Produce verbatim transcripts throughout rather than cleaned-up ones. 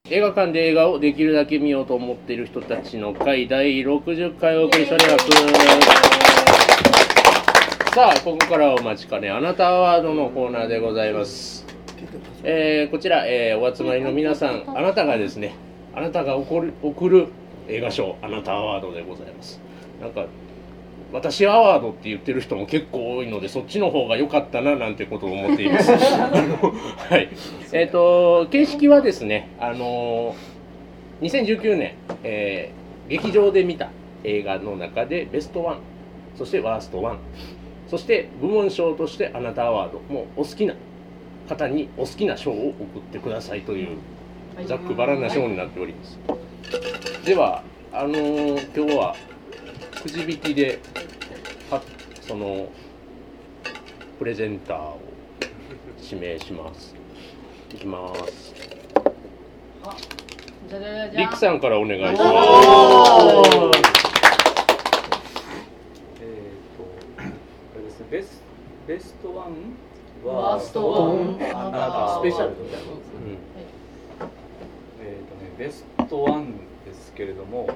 映画館で映画をできるだけ見ようと思っている人たちの会だいろくじゅっかいお送りしております。さあここからはお待ちかねあなたアワードのコーナーでございます。えー、こちら、えー、お集まりの皆さん、あなたがですねあなたが送る、送る映画賞あなたアワードでございます。なんか私アワードって言ってる人も結構多いので、そっちの方が良かったななんてことを思っています。はい。えっと形式はですね、あのにせんじゅうきゅうねん、えー、劇場で見た映画の中でベストワン、そしてワーストワン、そして部門賞としてあなたアワード、もうお好きな方にお好きな賞を送ってくださいというざっくばらんな賞になっております。ではあのー、今日はくじ引きでそのプレゼンターを指名します。いきます。あ、じゃじゃじゃじゃ。リックさんからお願いします。えーと、 あれですね、ベスベストワンワーストワン、 あなたスペシャルみたいなことですね。えーとね、ベストワンですけれども。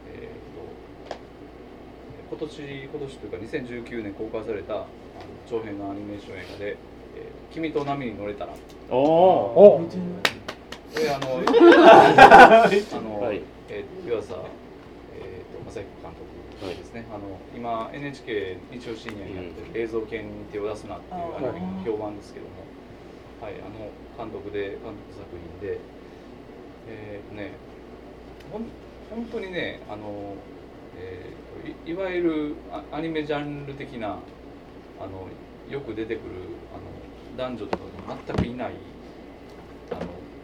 今年、今年というかにせんじゅうきゅうねん公開された長編のアニメーション映画で「えー、君と波に乗れたら」 おおこれあのあの、はい、えー、湯浅、えー、と正彦監督ですね、はい、あの今 エヌエイチケー 日曜深夜にやってる「映像系に手を出すな」っていうアニメの評判ですけども、はい、あの監督で監督作品でえー、とねほん本当にねあのえー、い, いわゆるアニメジャンル的なあのよく出てくるあの男女とかが全くいないあの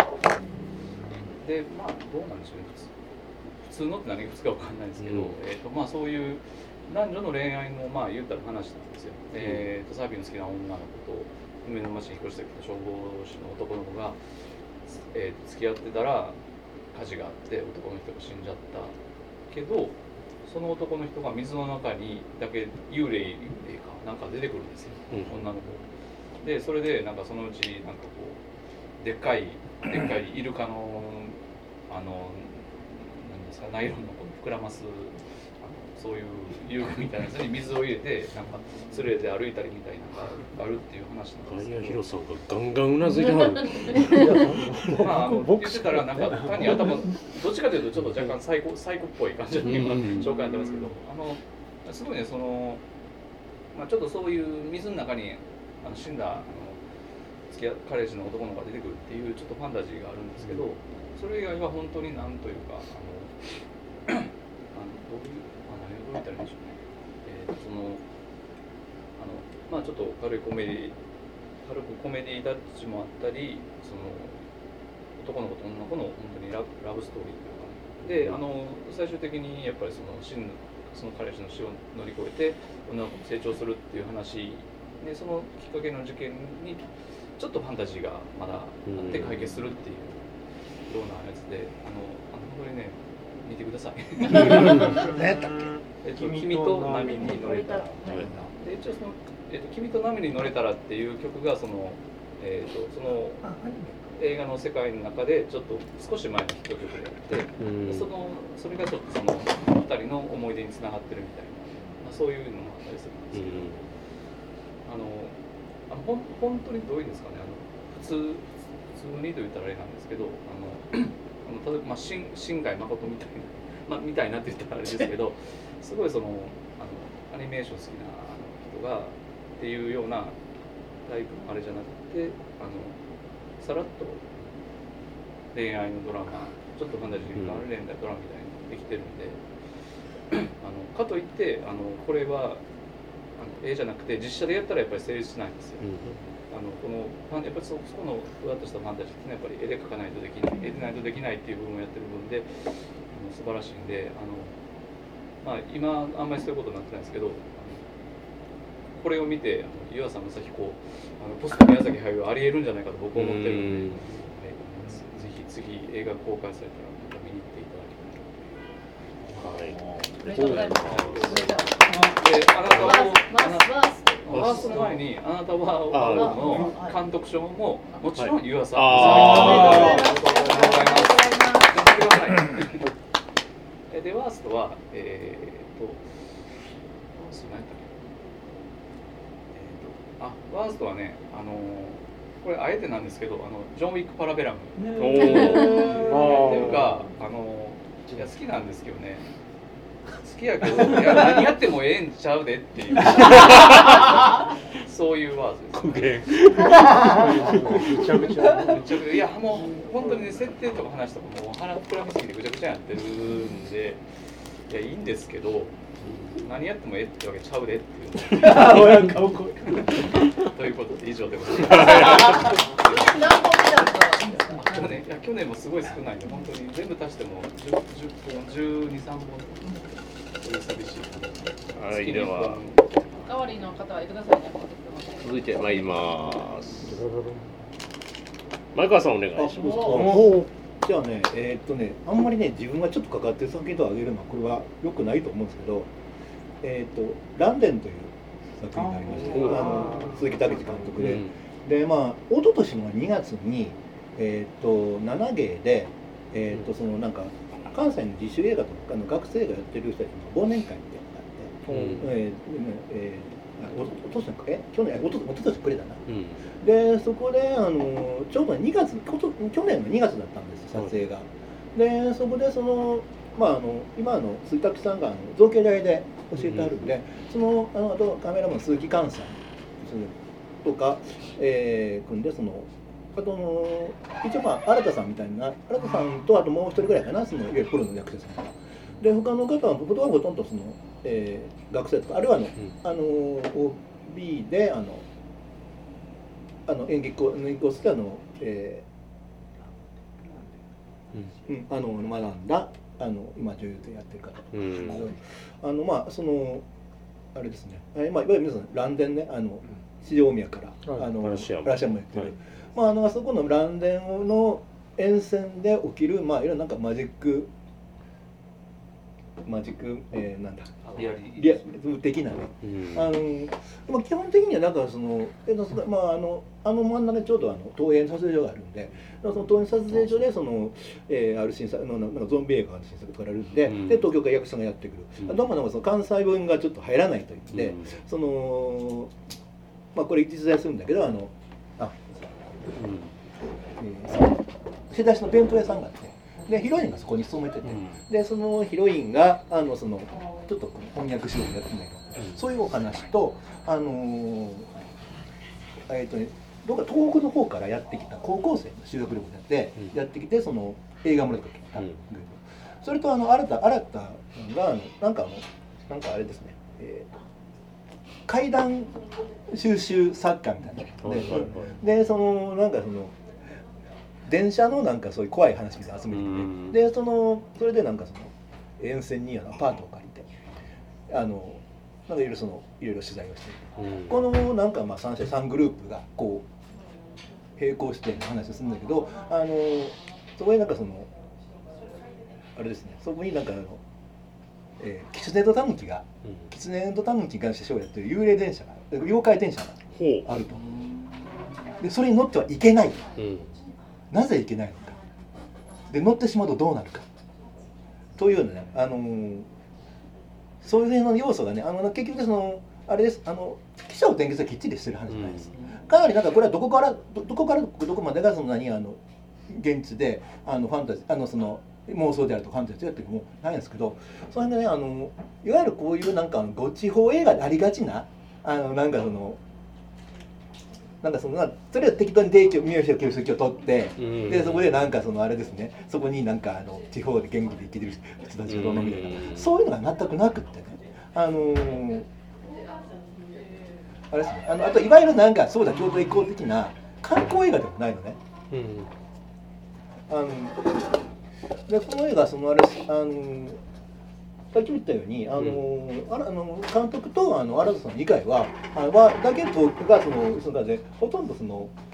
でまあどうなんでしょうね、普通のって何が普通か分かんないですけど、うん、えーとまあ、そういう男女の恋愛のまあ言ったら話なんですよ、うん、えーとサーフィンの好きな女の子と梅の町に引っ越してきた消防士の男の子が、えー、と付き合ってたら火事があって男の人が死んじゃったけどその男の人が水の中にだけ幽霊かなんか出てくるんですよ、うん、女の子で、それでなんかそのうちなんかこうでっかいでっかいイルカのあの何ですかナイロンのこう膨らますあのそういう遊具みたいなやつに水を入れてなんか連れて歩いたりみたいなのがあるっていう話なんですけど、 ガイアヒロさんがガンガンうなずいてはる。 まああの言ってたらなんか単に頭どっちかというとちょっと若干サイコサイコっぽい感じの今紹介になってますけど、あのすごいねそのまあちょっとそういう水の中にあの死んだあの付き合彼氏の男の子が出てくるっていうちょっとファンタジーがあるんですけど、それ以外は本当になんというかあのあのどういうどう言ったらいいんでしょうね、えー、そのあのまあちょっと軽いコメディ軽くコメディタッチもあったり、その男の子と女の子の本当に ラ, ラブストーリーというかで、あの最終的にやっぱりその死ぬその彼氏の死を乗り越えて女の子も成長するっていう話で、そのきっかけの事件にちょっとファンタジーがまだあって解決するっていうようなやつで、あのあの本当にね見てください。 何やったっけ？ えっと、君と波に乗れたら、で一応その、えっと、君と波に乗れたらっていう曲がその、えっと、その映画の世界の中でちょっと少し前のヒット曲であって、でそのそれがちょっとそのふたりの思い出につながってるみたいな、まあ、そういうのもあったりするんですけど、あのあのほん本当にどういうんですかね、あの普通普通にと言ったらあれなんですけど、あのあの例えば、まあ、新新海誠みたいな、まあ、みたいなって言ったらあれですけどすごいそのあのアニメーション好きな人がっていうようなタイプのあれじゃなくて、あのさらっと恋愛のドラマちょっとファンタジーがある恋愛ドラマみたいにできてるんで、うん、あのかといってあのこれはあの絵じゃなくて実写でやったらやっぱり成立しないんですよ、うん、あのこのやっぱり そ, そこのふわっとしたファンタジーってやっぱり絵で描かないとできない絵でないとできないっていう部分をやってる分であの素晴らしいんで、あの、まあ、今あんまりそういうことになってないんですけど、これを見て湯浅正彦あのポスト宮崎駿はありえるんじゃないかと僕は思ってるので、ぜひ次映画公開されたらまた見に行っていただきたいと思います。はい、ありがとうございます。で、あなたはバースの前にあなたはの監督賞ももちろん湯浅さん、ありがとうございます。 い。でワーストはえー、っとワースト何やったっけ、えー、っとあワーストはねあのこれあえてなんですけどあのジョン・ウィック・パラベラムっていうかあのいや好きなんですけどね好きやけどいや何やってもええんちゃうでっていうそういうワードです、ね、 めちゃめちゃめちゃくちゃいやもう本当にね設定とか話とかもう腹膨らみすぎてぐちゃぐちゃやってるんでいやいいんですけど何やってもええってわけちゃうでっていうということで以上でございます何本目だった去年いや去年もすごい少ないんで本当に全部足してもじゅう、じゅっぽんじゅうに、さんぼんそういう寂しいはいではおかわりの方はいくださいね。 続いて参ります前川さんお願いします。 じゃあねえー、っとねあんまりね自分がちょっと関わってる作品とあげるのはこれは良くないと思うんですけどえー、っとランデンという作品がありましてあの鈴木武監督で、うん、でまあ一昨年のにがつにえー、っとなな芸でえー、っとそのなんか関西の自主映画とかの学生がやってる人たちの忘年会みたいなのがあって、うん、えーえー、おととしえ去年おととしくれだな、うん、でそこであのちょうどにがつ去年のにがつだったんです撮影が、うん、でそこでそのまああの今の鈴木さんがあの造形大で教えてあるんで、うん、そのあのあとカメラマン鈴木寛さんとか、えー、組んでそのあとの一応まあ新田さんみたいな新田さんとあともう一人ぐらいかなそのいわゆるプロの役者さんがで他の方はほとんどほとんどその、えー、学生とかあるいはあの、うん、あの オービー であのあの演劇コースであの、えーうん、あの学んだあの今女優でやってる方とか、うん、あのまあそのあれですね、まあ、いわゆる皆さん蘭電ねあの四条大宮から、はい、あの嵐山もやってる、はいまあ、あのあそこの蘭電の沿線で起きる、まあ、いろんななんかマジックマジック、えー、なんだリアル的なね、うん、あのまあ、基本的にはなんかその、えーまあ、あのあの真ん中にちょうどあの東映撮影所があるんでその東映撮影所でその、えー、ある審査のなんかゾンビ映画の審査とかあるんで、うん、で東京から役者がやってくる、うん、どうもなんかその関西分がちょっと入らないといって、うん、そのまあこれ実在するんだけどあのあうんえー、世田市の弁当屋さんがあってでヒロインがそこに勤めてて、うん、でそのヒロインがあのそのちょっと翻訳しようとやってんだけど、うん、そういうお話とあのー、えっ、ー、とねどこか東北の方からやってきた高校生の修学旅行でやって、うん、やってきてその映画村とか来たんだけど、うん、それとあの新た新たがあのなんかあのなんかあれですね、えー怪談収集作家みたいな、はいはいはい、でそのなんかその電車のなんかそういう怖い話みたいな集めてきてでそのそれでなんかその沿線にあのアパートを借りてあのなんかいろいろそのいろいろ取材をしてこのなんかまあ三社三グループがこう並行して話をするんだけどあのそこになんかそのあれですねそこになんかあのえー、キツネとタヌキが、うん、キツネとタヌキが師匠をやってる幽霊電車が妖怪電車があるとでそれに乗ってはいけない、うん、なぜいけないのかで乗ってしまうとどうなるかというようなね、あのー、そういうの要素がねあの結局そのあれですあの記者を転結はきっちりしてる話じゃないです、うん、かなりなんかこれはどこからどこからどこまでがその何あの現実であのファンタジーあのその妄想であるとかファンタジーっていうのもないんですけどそれでねあのいわゆるこういうなんかご地方映画でありがちなあのなんかそのなんかそのそれを適当に提供三好の形跡を取って、うん、でそこでなんかそのあれですねそこになんかあの地方で元気で生きてる人たちがどうのみたいな、うん、そういうのが全くなくってねあのー、あれですねあのあといわゆるなんかそうだ京都移行的な観光映画でもないのね、うん、あのでこの映画そのあれあのさっきも言ったようにあの、うん、あらあの監督とあの新田さん以外はあはだけ東京がそのそのでほとんどその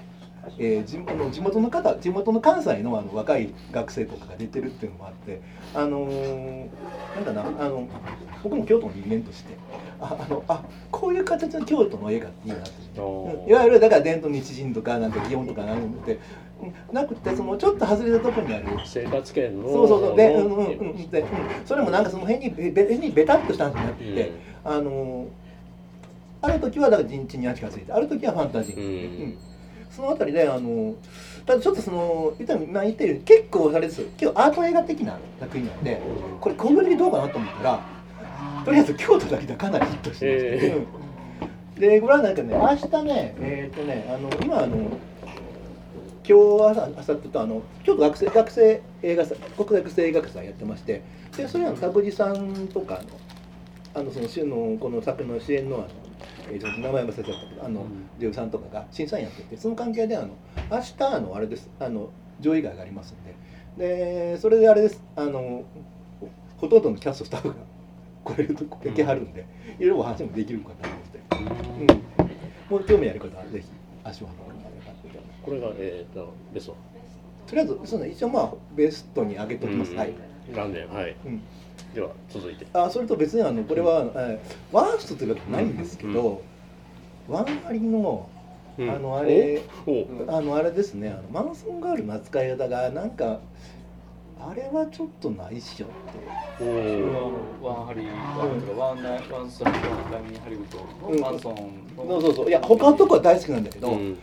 えー、地元地元の方地元の関西のあの若い学生とかが出てるっていうのもあってあのー、なんかなあの僕も京都の人間としてああのあこういう形の京都の映画っていいなって、うん、いわゆるだから伝統日人とかなんか祇園とかなんてなくてそのちょっと外れたところにある生活圏のそうそうそうで、うんうんうんで、うん、それもなんかその辺にべべにベタっとしたんじゃなくて、うん、あのある時はだから人知に近づいてある時はファンタジー、うんうん、そのあたりであのただちょっとその言ったら今言ってるように結構あれですよ結構アート映画的な作品なんでこれ今後的にどうかなと思ったらとりあえず京都だけでかなりヒットしてまして、えーうん、でこれはなんかね明日ねえっ、ー、とねあの今あの今日朝朝ってとあの京都学生学生映画祭国際学生映画祭やってましてでそれは拓司さんとかのあのそののこの作の支援のあの、えー、ちょっと名前忘れちゃったけどあの女優さんとかが審査員やっててその関係であの明日あのあれですあの上映会がありますんででそれであれですあのほとんどのキャストスタッフが来れるとこ来はるんでいろいろお話もできるかと思って、うん、もう興味ある方はぜひ足を運んで。 これが、えー、とベストとりあえずそう、ね、一応まあベストに上げておきます、うん、はいランデンはい、うん、では続いてあそれと別にあのこれは、うんえー、ワーストというわけないんですけど、うん、ワンアリのあのあれ、うん、あのあれですねあのマンソンガールの扱い方がなんかあれはちょっとないっしょってワンハリーワンナイワンストライクワンタイムハリウッドのマンソンそうそうそういや他のとこは大好きなんだけど、うん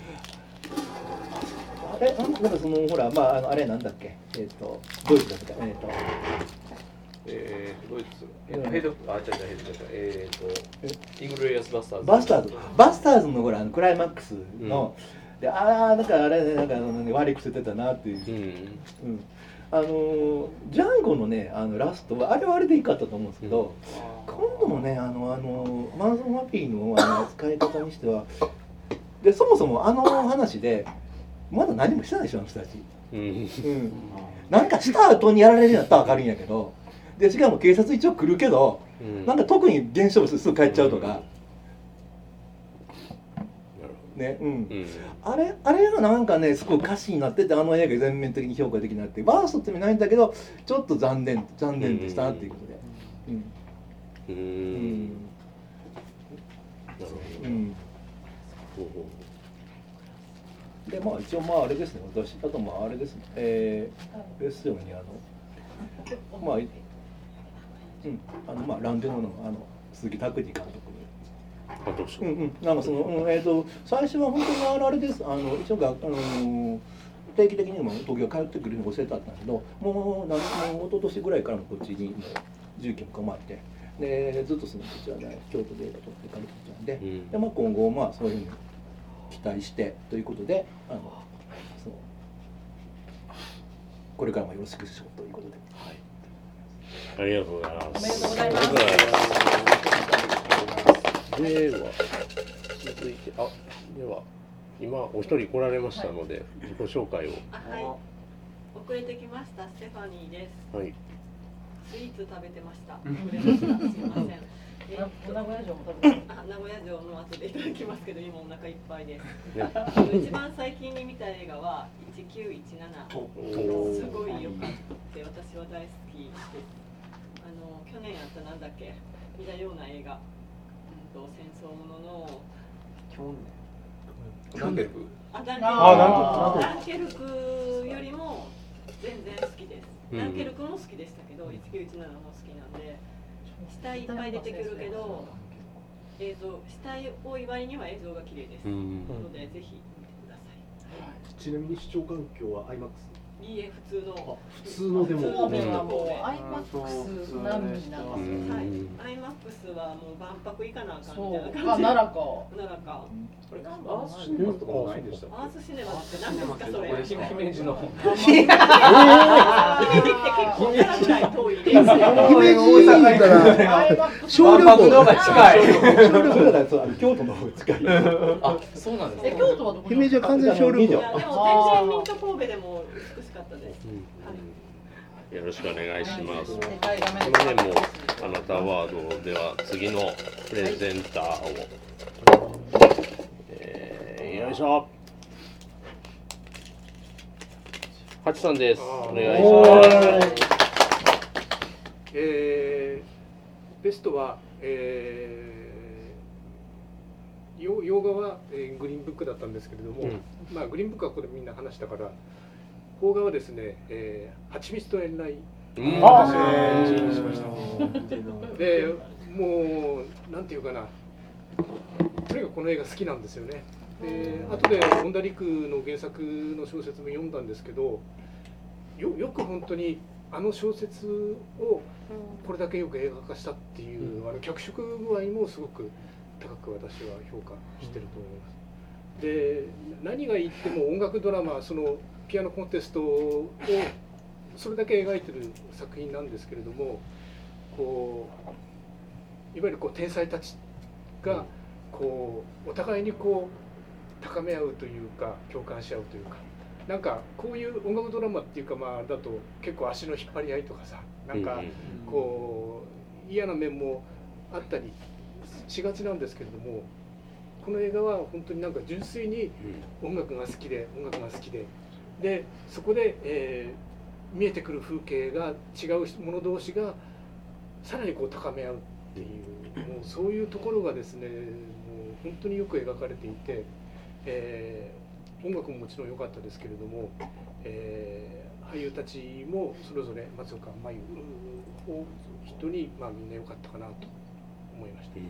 えなんかそのほらまああのあれなんだっけえっ、ー、とドイツだったえっ、ー、とえー、ドイツえー、ヘドあ違う違うヘドえっ、ー、とイングレイアスバスターズバスターズバスターズのほらあのクライマックスの、うん、でああなんかあれなんか悪い癖出たなっていう、うんうん、あのジャンゴのねあのラストはあれはあれでいいかったと思うんですけど、うん、今度のねあのあのマンソン・マピーのあの扱い方にしてはでそもそもあの話でまだ何もしてないでしょあの人たち、うんうん、なんかした後にやられるんやったら分かるんやけどでしかも警察一応来るけど、うん、なんか特に現象物すぐ帰っちゃうとか、うん、ねうん、うん、あれあれがなんかねすごい歌詞になっててあの映画全面的に評価できなってバーストって意味ないんだけどちょっと残念残念でしたなっていうことでうんうんうんうんでまあ一応まああれですね私あとまああれですねえー、ですようにあのまあうんあのまあランデノのあの鈴木拓司監督にうんうんなんかその、うん、えっ、ー、と最初は本当にあれですあの一応があの定期的にも東京帰ってくるのを教えてあったんだけどもう何もう一昨年ぐらいからもこっちにもう重機も構ってでずっとそのこちらで京都で映画撮って帰ってきたんで、うん、でまあ今後まあそういうふうに期待してということであのそのこれからもよろしくしようということで、はい、 ありがとうございます。 おめでとうございます。 では続いてあでは今お一人来られましたので、はい、自己紹介を。 はい、遅れてきましたステファニーです。はい。スイーツ食べてました。遅れました。すみません。えー、 名古屋城も食べてあ名古屋城の後でいただきますけど今お腹いっぱいです、ね、一番最近に見た映画はいちきゅういちななすごい良かった私は大好きですあの去年やったなんだっけ見たような映画、うんと、戦争ものの去年ダンケルクあダンケルクよりも全然好きです、うん、ダンケルクも好きでしたけどいちきゅういちななも好きなんで死体いっぱい出てくるけど映像死体多い割には映像が綺麗です、うん、なのでぜひ見てください、はい、 ちなみに視聴環境は アイマックスいいえ普通の普通のでも神戸はもう アイマックス 並みになってますはい アイマックス はもう万博行かなあかんみたいな感じ奈良か奈良かこれアースシネマとかもないんでしたっけアースシネマって何ですかそれ姫路の姫路って結構奈良ぐらい遠いです姫路大阪から小旅行の方が近い小旅行だと京都の方が近いあそうなんですね京都はどこ姫路は完全小旅行でも全然ミント神戸でも美しかったです、うんよろしくお願いします。今でもあなたワードでは次のプレゼンターを、えー、よいしょ。 ハチさんです。お願いします。 えー、ベストは、えー、洋洋画は、えー、グリーンブックだったんですけれども、うん、まあグリーンブックはこれみんな話したから、邦画はですね、えー、はちみつと遠雷、私は演じしました。で、もうなんていうかな、とにかくこの映画好きなんですよね。で、後で本田陸の原作の小説も読んだんですけど、よよく本当にあの小説をこれだけよく映画化したっていう、うん、あの脚色具合もすごく高く私は評価してると思います。で、何が言っても音楽ドラマ、そのピアノコンテストをそれだけ描いてる作品なんですけれども、こういわゆるこう天才たちがこうお互いにこう高め合うというか共感し合うというか、なんかこういう音楽ドラマっていうか、まあだと結構足の引っ張り合いとかさ、なんかこう嫌な面もあったりしがちなんですけれども、この映画は本当になんか純粋に音楽が好きで音楽が好きででそこで、えー、見えてくる風景が違う者同士がさらにこう高め合うっていう、もうそういうところがですね、もう本当によく描かれていて、えー、音楽ももちろん良かったですけれども、えー、俳優たちもそれぞれ松岡茉優を人に、まあ、みんな良かったかなと思いました。うん、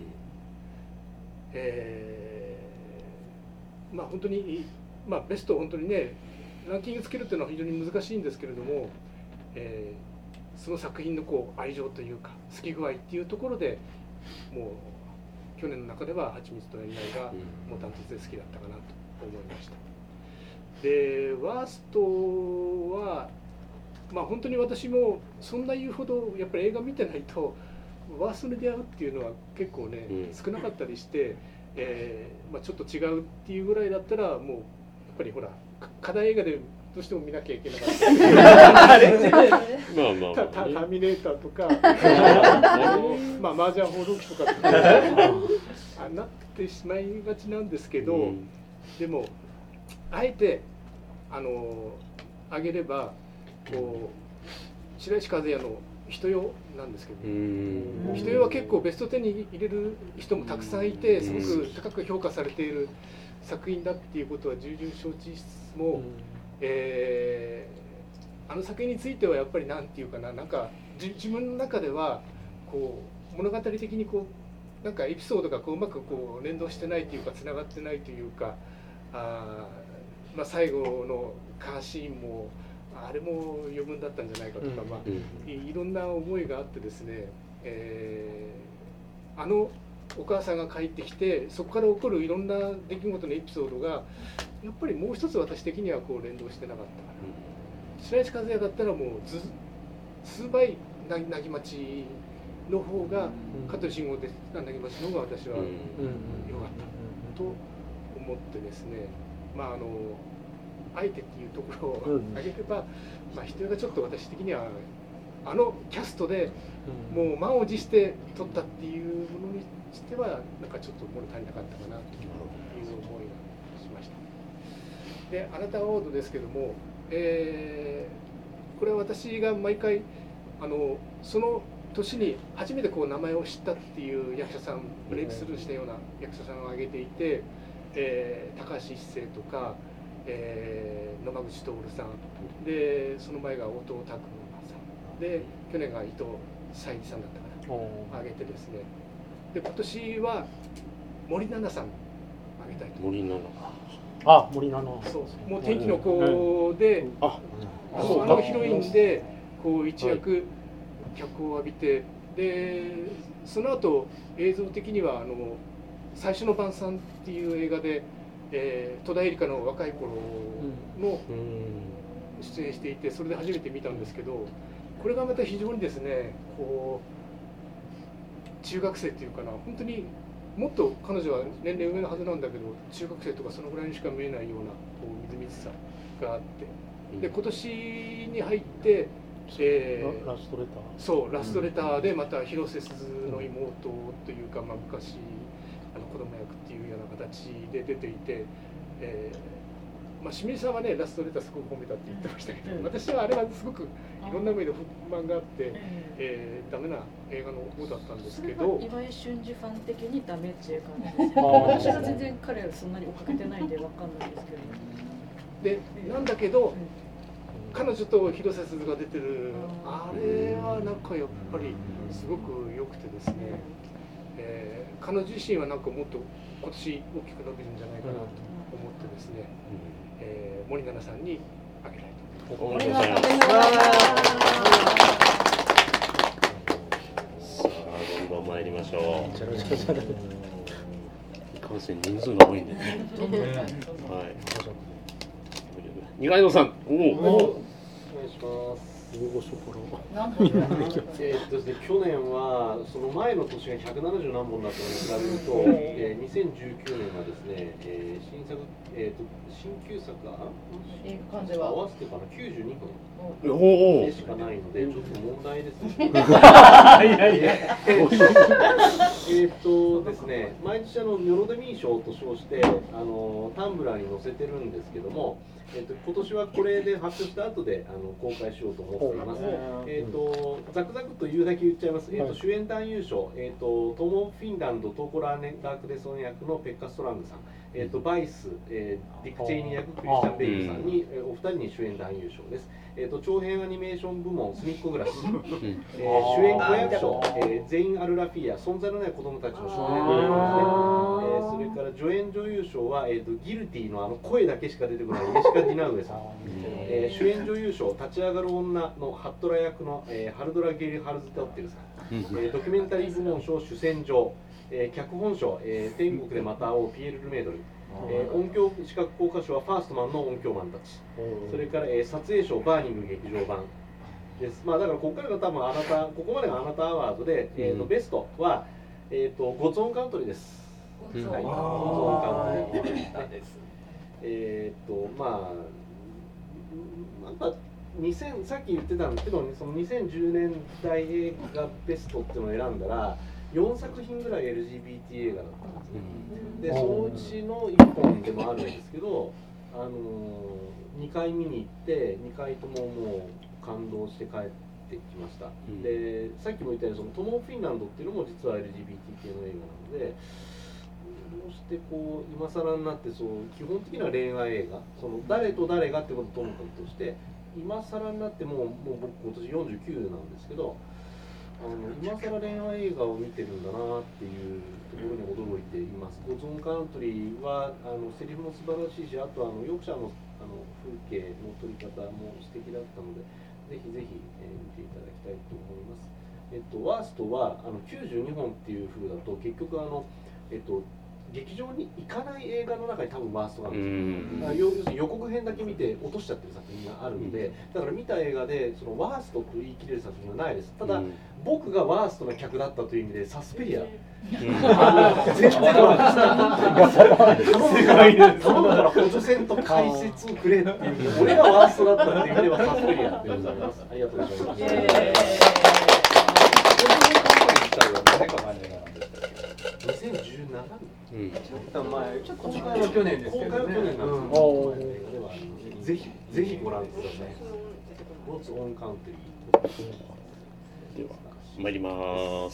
えー、まあ本当に、まあ、ベストを本当にねランキングつけるっていうのは非常に難しいんですけれども、えー、その作品のこう愛情というか好き具合っていうところでもう去年の中では「はちみつと遠雷」がもうダントツで好きだったかなと思いました。でワーストはまあ本当に私もそんな言うほどやっぱり映画見てないとワーストに出会うっていうのは結構ね、うん、少なかったりして、えーまあ、ちょっと違うっていうぐらいだったらもうやっぱりほら課題映画でどうしても見なきゃいけなかったターミネーターとかまあ麻雀放浪記とかってなってしまいがちなんですけど、うん、でもあえてあのあげればこう白石和也の人よなんですけど、人よは結構ベストじゅうに入れる人もたくさんいて、すごく高く評価されている作品だっていうことは重々承知しつつも、えー、あの作品についてはやっぱりなんていうかな、なんか自分の中ではこう物語的にこうなんかエピソードがこううまくこう連動してないというかつながってないというか、あ、まあ、最後のカーシーンもあれも余分だったんじゃないかとか、まあ、いろんな思いがあってですね、えー、あのお母さんが帰ってきてそこから起こるいろんな出来事のエピソードがやっぱりもう一つ私的にはこう連動してなかったかな。白石和也だったらもうず数倍なぎまちの方が香取慎吾でなぎまちの方が私は良かったと思ってですね、まああのあえてっていうところを挙げれば、まあ、人がちょっと私的にはあのキャストでもう満を持して撮ったっていうものにしてはなんかちょっと物足りなかったかなという思いがしました。で、あなたはオードですけども、えー、これは私が毎回あのその年に初めてこう名前を知ったっていう役者さん、ブレイクスルーしたような役者さんを挙げていて、えー、高橋一生とかえー、野間口徹さんで、その前が音尾拓磨さんで、去年が伊藤沙莉さんだったかな挙げてですね、で今年は森七菜さん挙げたいと。 森七菜、 あ、森七菜、 そう、もう天気の子で、うん、ああのヒロインでこう一躍脚光を浴びて、でその後映像的にはあの最初の晩餐っていう映画でえー、戸田恵梨香の若い頃の出演していて、それで初めて見たんですけど、これがまた非常にですね、こう中学生っていうかな、本当にもっと彼女は年齢上のはずなんだけど、中学生とかそのぐらいにしか見えないようなこうみずみずしさがあって、で今年に入って、えー、 ラストレターそうラストレターでまた広瀬すずの妹というか、まあ、昔あの子供役っていうような形で出ていて、えー、 まあ、清水さんはねラストレターすごく褒めたって言ってましたけど、私はあれはすごくいろんな意味で不満があって、えー、ダメな映画の方だったんですけど、 岩井俊二ファン的にダメっていう感じです。私は全然彼はそんなに追っかけてないんでわかんないですけど。 でなんだけど、彼女と広瀬すずが出てるあれはなんかやっぱりすごく良くてですね、えー、彼女自身はなんかもっと今年大きく伸びるんじゃないかなと思ってですね、えー、森七菜さんにあげたいと思います。 おめでとうございます。さあどんどん参りましょう。いかんせん人数が多いんでね。はい。二階堂さん。おお。 お願いします。えーっとですね、去年はその前の年がひゃくななじゅう何本だったのに比べると、えー、にせんじゅうきゅうねんはですね、えー、新作、えー、と新旧作が映画館では合わせてかなきゅうじゅうにほんおお。 でしかないのでちょっと問題ですね。えーっとですね、毎日あのニョロデミー賞と称してあのタンブラーに載せてるんですけども。えー、と今年はこれで発表した後であの公開しようと思っています。えー、とザクザクと言うだけ言っちゃいます。えー、と主演男優賞、えー、とトモ・フィンランド・トーコラーネ・ダークデソン役のペッカ・ストラングさん、えー、とバイス、えー、ディック・チェイニー役クリスチャン・ベイルさんに、えー、お二人に主演男優賞です。えー、と長編アニメーション部門すみっこ暮らし、えー、主演子役賞、えー、ゼイン・アルラフィア存在のない子供たちの少年の役ですね。えー、それから助演女優賞は、えー、とギルティのあの声だけしか出てこないイエシカ・ディナウエさん、えー、主演女優賞立ち上がる女のハットラ役の、えー、ハルドラ・ゲリ・ハルズトッテルさん、えー、ドキュメンタリー部門賞主戦場、えー、脚本賞、えー、天国でまた会おうピエール・ルメードル、えー、音響視覚効果賞はファーストマンの音響マンたち、それから、えー、撮影賞バーニング劇場版です。まあだからここからが多分あなたここまでがあなたアワードで、えー、とベストは、えー、とゴッツオンカントリーです。はい、ゴッツオンカントリーです。えー、っとまあなんかにせんさっき言ってたんですけど、そのにせんじゅうねんだい映画ベストっていうのを選んだらよんさく品ぐらい エルジービーティー 映画だったんですね。でそのうちのいっぽんでもあるんですけど、あのー、にかい見に行ってにかいとももう感動して帰ってきました。うん、でさっきも言ったようにそのトモ・フィンランドっていうのも実は エルジービーティー 系の映画なので、どうしてこう今更になってそう基本的な恋愛映画、その誰と誰がってことをともかくとして今更になってもうもう僕今年よんじゅうきゅうなんですけど、あの今更恋愛映画を見てるんだなっていうところに驚いています。ゴッツオンカントリーはあのセリフも素晴らしいし、あとあのヨークシャーのあの風景の撮り方も素敵だったので、ぜひぜひ、えー、見ていただきたいと思います。えっとワーストはあのきゅうじゅうにほんっていう風だと結局あのえっと劇場に行かない映画の中に多分ワーストなんですよ。要するに予告編だけ見て落としちゃってる作品があるので、だから見た映画でそのワーストと言い切れる作品はないです。ただ、うん、僕がワーストな客だったという意味でサスペリア、うん、全然私だ頼むから補助線と解説をくれっていう俺がワーストだったっていう意味ではサスペリアでございます。ありがとうございます。にせんじゅうななねん、ちょっと前、公開は去年ですけどね。公開は去年なんですけど、ぜひぜひご覧ください。ゴッツオンカントリー。 では参ります。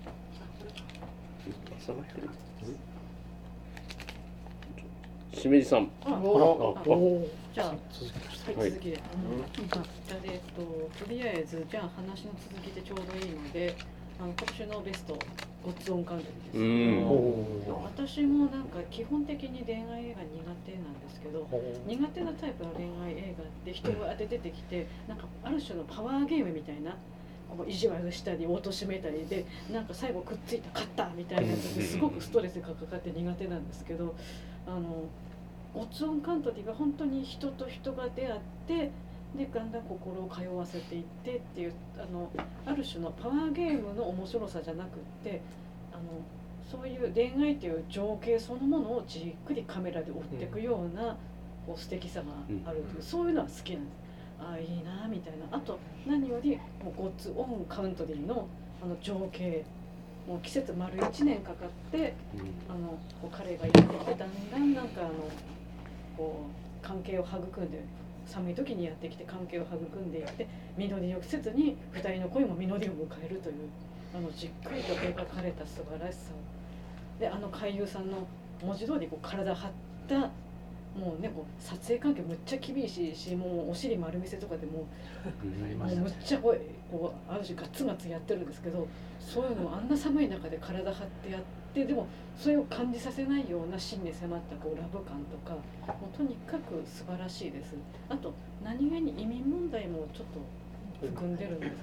しめじさん。 あ、じゃあ続きで、えっととりあえずじゃあ話の続きでちょうどいいので。あの今年のベストゴッツオンカントリーですけど、私もなんか基本的に恋愛映画苦手なんですけど、苦手なタイプの恋愛映画って人が当て出てきて、なんかある種のパワーゲームみたいな、こう意地悪したり貶めたりで、なんか最後くっついた勝ったみたいなやつですごくストレスがかかって苦手なんですけど、あのゴッツオンカントリーは本当に人と人が出会ってでだんだん心を通わせていってっていう あのある種のパワーゲームの面白さじゃなくってあのそういう恋愛という情景そのものをじっくりカメラで追っていくような、うん、こう素敵さがあるという、うん、そういうのは好きなんです。ああいいなみたいな。あと何よりもうゴッツオンカントリーのあの情景もう季節丸いちねんかかって、うん、あのこう彼がやってきてだんだんなんかあのこう関係を育んで寒い時にやってきて関係を育んでいって実りの季節にふたりの恋も実りを迎えるというあのじっくりと描かれた素晴らしさであの俳優さんの文字通りこう体張ったもうねこう撮影環境むっちゃ厳しいしもうお尻丸見せとかでもうもうむっちゃこうこうある種ガツガツやってるんですけどそういうのをあんな寒い中で体張ってやってでもそれを感じさせないような真に迫ったこうラブ感とかもうとにかく素晴らしいです。あと何気に移民問題もちょっと含んでるんですよね。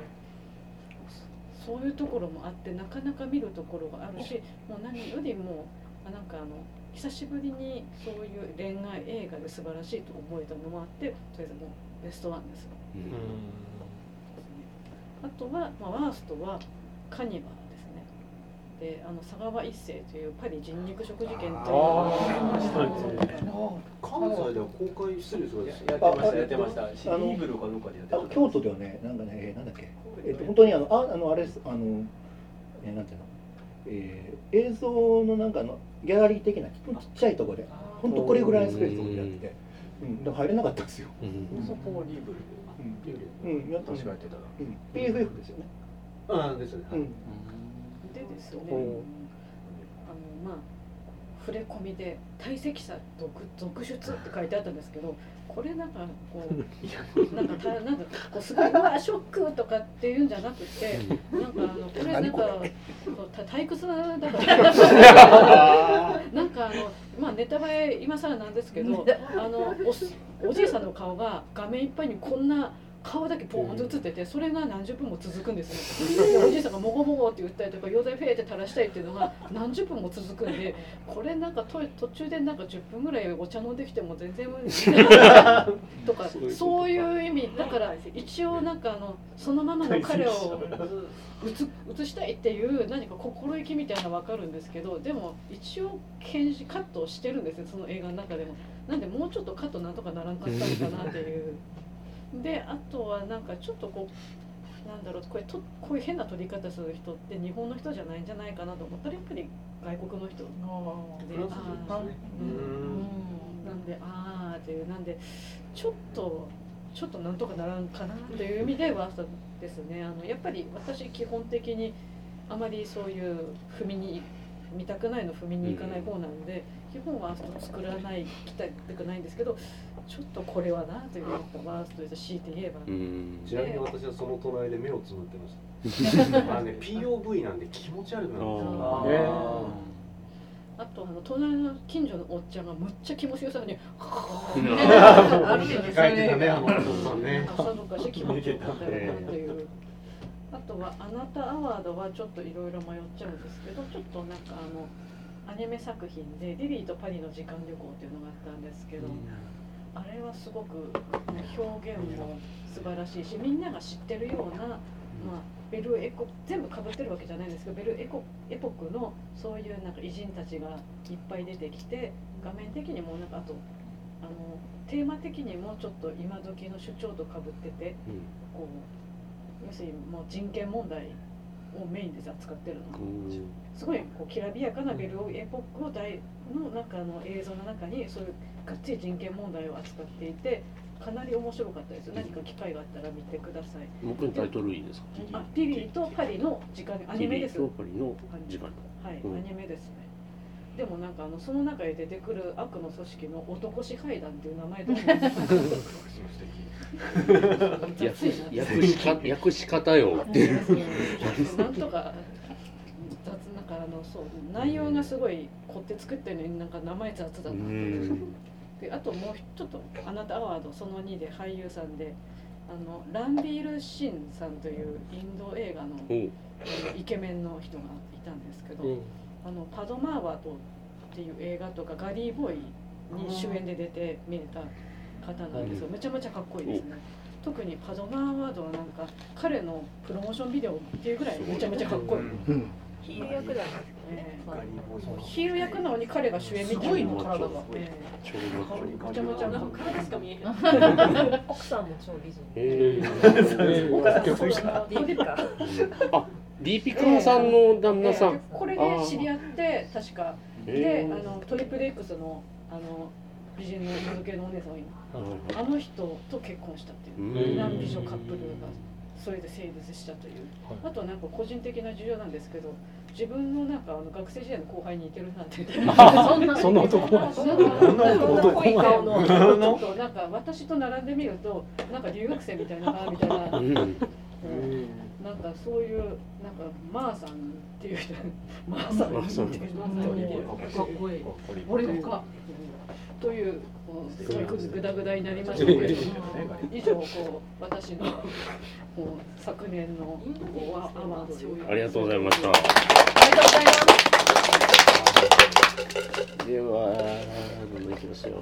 そういうところもあってなかなか見るところがあるしもう何よりもなんかあの久しぶりにそういう恋愛映画で素晴らしいと思えたのもあってとりあえずもうベストワンですよ。あとは、まあ、ワーストはカニバルですね。であの佐川一世というパリ人肉食事件という関西では公開してるそうです。 やってましたやってました。シーブルかどうかでやってました。 京都ではねなんかね、えー、なんだっけえっと本当にあのああのあれですあの、えー、なんていうの、えー、映像のなんかのギャラリー的なちっちゃいところで本当これぐらいのスペースでやってて、うん、だから入れなかったんですよ。 そこをリーブルで、うん、やってたらピーエフエフ ですよね。 ああですね。 でですね。あのまあ触れ込みで堆積差続出って書いてあったんですけど。これなんかこうなんかたなんかこうすごいうわショックとかっていうんじゃなくてなんかあのこれなんか退屈なだからなんかあのまあネタバレ今更なんですけどあの お, おじいさんの顔が画面いっぱいにこんな顔だけポーンと映っててそれが何十分も続くんですね。おじいさんがもごもごって言ったりとか溶剤フェーって垂らしたりっていうのが何十分も続くんでこれなんかと途中でなんかじゅっぷんぐらいお茶飲んできても全然無理とかそういう意味だから一応なんかあのそのままの彼を映したいっていう何か心意気みたいなの分かるんですけどでも一応検視カットをしてるんですねその映画の中でも。なんでもうちょっとカットなんとかならんかったのかなっていう。であとはなんかちょっとこうなんだろうこれとこういう変な撮り方する人って日本の人じゃないんじゃないかなと思ったらやっぱり外国の人であうんなんでああっていうなんでちょっとちょっとなんとかならんかなという意味ではですねあのやっぱり私基本的にあまりそういう踏みに見たくないの踏みに行かない方なので、基本ワースト作らないきたくないんですけどちょっとこれはなというワーストで強いて言えば、うん、 ちなみに私はその隣で目をつむってましたまあね ピーオーブイ なんで気持ち悪くなるんですよ。 あとあの隣の近所のおっちゃんがむっちゃ気持ちよさにあるて書いてたねあのお父さんね。 さぞかし気持ちよかったよなっていう。あとはあなたアワードはちょっといろいろ迷っちゃうんですけどちょっとなんかあのアニメ作品でリリーとパリの時間旅行っていうのがあったんですけど、あれはすごく表現も素晴らしいしみんなが知ってるような、まあ、ベルエコ全部かぶってるわけじゃないんですけどベルエコエポックのそういうなんか偉人たちがいっぱい出てきて画面的にもなんかあとあのテーマ的にもちょっと今時の主張とかぶってて、こう要するにもう人権問題をメインで扱ってるのすごいこうきらびやかなベルエポックを大の中の映像の中にそういうがっつり人権問題を扱っていてかなり面白かったです。何か機会があったら見てください。 僕のタイトルいいですか？ あ、ピリとパリの時間アニメです。 ピリとパリの時間。 はい、うん、アニメですね。でもなんかあのその中で出てくる悪の組織の男支配団っていう名前だったんです訳しか訳し方よっていうなんとか雑なんかあのそう内容がすごい凝って作ってるのになんか名前雑だなであともうちょっとあなたアワードそのにで俳優さんであのランビール・シンさんというインド映画のイケメンの人がいたんですけど、うん、あのパドマーワートっていう映画とかガリーボーイに主演で出て見れた方なんですよ。めちゃめちゃかっこいいですね。特にパドマーワードはなんか彼のプロモーションビデオっていうぐらいめちゃめちゃかっこいい。 うんヒール役だね、 えー、ヒール役なのに彼が主演みたいな体が、えー、めちゃめちゃなんか体しか見えない奥さんも超美人、 えー、 奥さんそうだディーピカあ、ディーピカさんの旦那さん、 えー、これで知り合って確かで、あのトリプル X のあの美人の犬系のお姉さんがいる、あの人と結婚したっていう男美女カップルがそれで成立したという、あとはなんか個人的な需要なんですけど、自分のなんかあの学生時代の後輩に似てるなって言って、 そんな男はそんな男はちょっとなんか私と並んでみるとなんか留学生みたいななみたいな、うん、なんかそういうなんかマーさんっていう人、マーさんに似てるなって似てる、かっこいい、俺もかというすごいグダグダになりましたけど、以上こう私のこう昨年のこうアワードありがとうございました。 ありがとうございます。 ではどんどんいきますよ。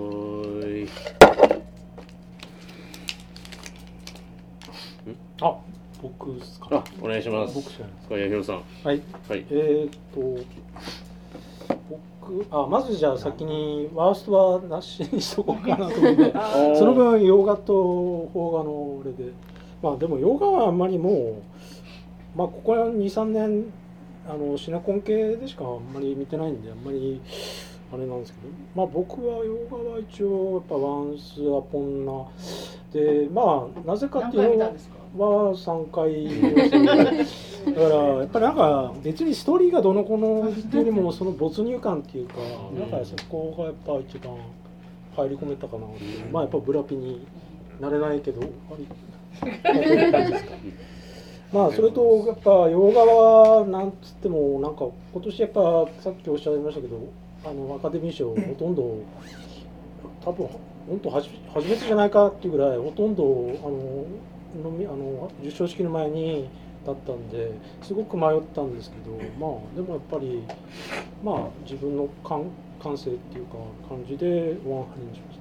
あ、僕ですか、ね。 あ、お願いします。 僕じゃないですか。やひろさん。 はい。 はい。 えー、っと僕あまずじゃあ先にワーストはなしにしとこうかなと思ってその分洋画と邦画の俺で、まあでも洋画はあんまりもうまあここにさんねんあのシナコン系でしかあんまり見てないんであんまりあれなんですけど、まあ僕は洋画は一応やっぱワンスアポンナで、まあなぜかっていうのはさんかいだからやっぱりなんか別にストーリーがどのこのっていうよりもその没入感っていうか、なんかそこがやっぱ一番入り込めたかなっていう、まあやっぱブラピになれないけどありまあそれとやっぱ洋画はなんつってもなんか今年やっぱさっきおっしゃいましたけどあのアカデミー賞ほとんど多分本当初めてじゃないかっていうぐらいほとんどあののみあの授賞式の前にだったんですごく迷ったんですけど、まあでもやっぱりまあ自分の感感性っていうか感じでワンハリにしました。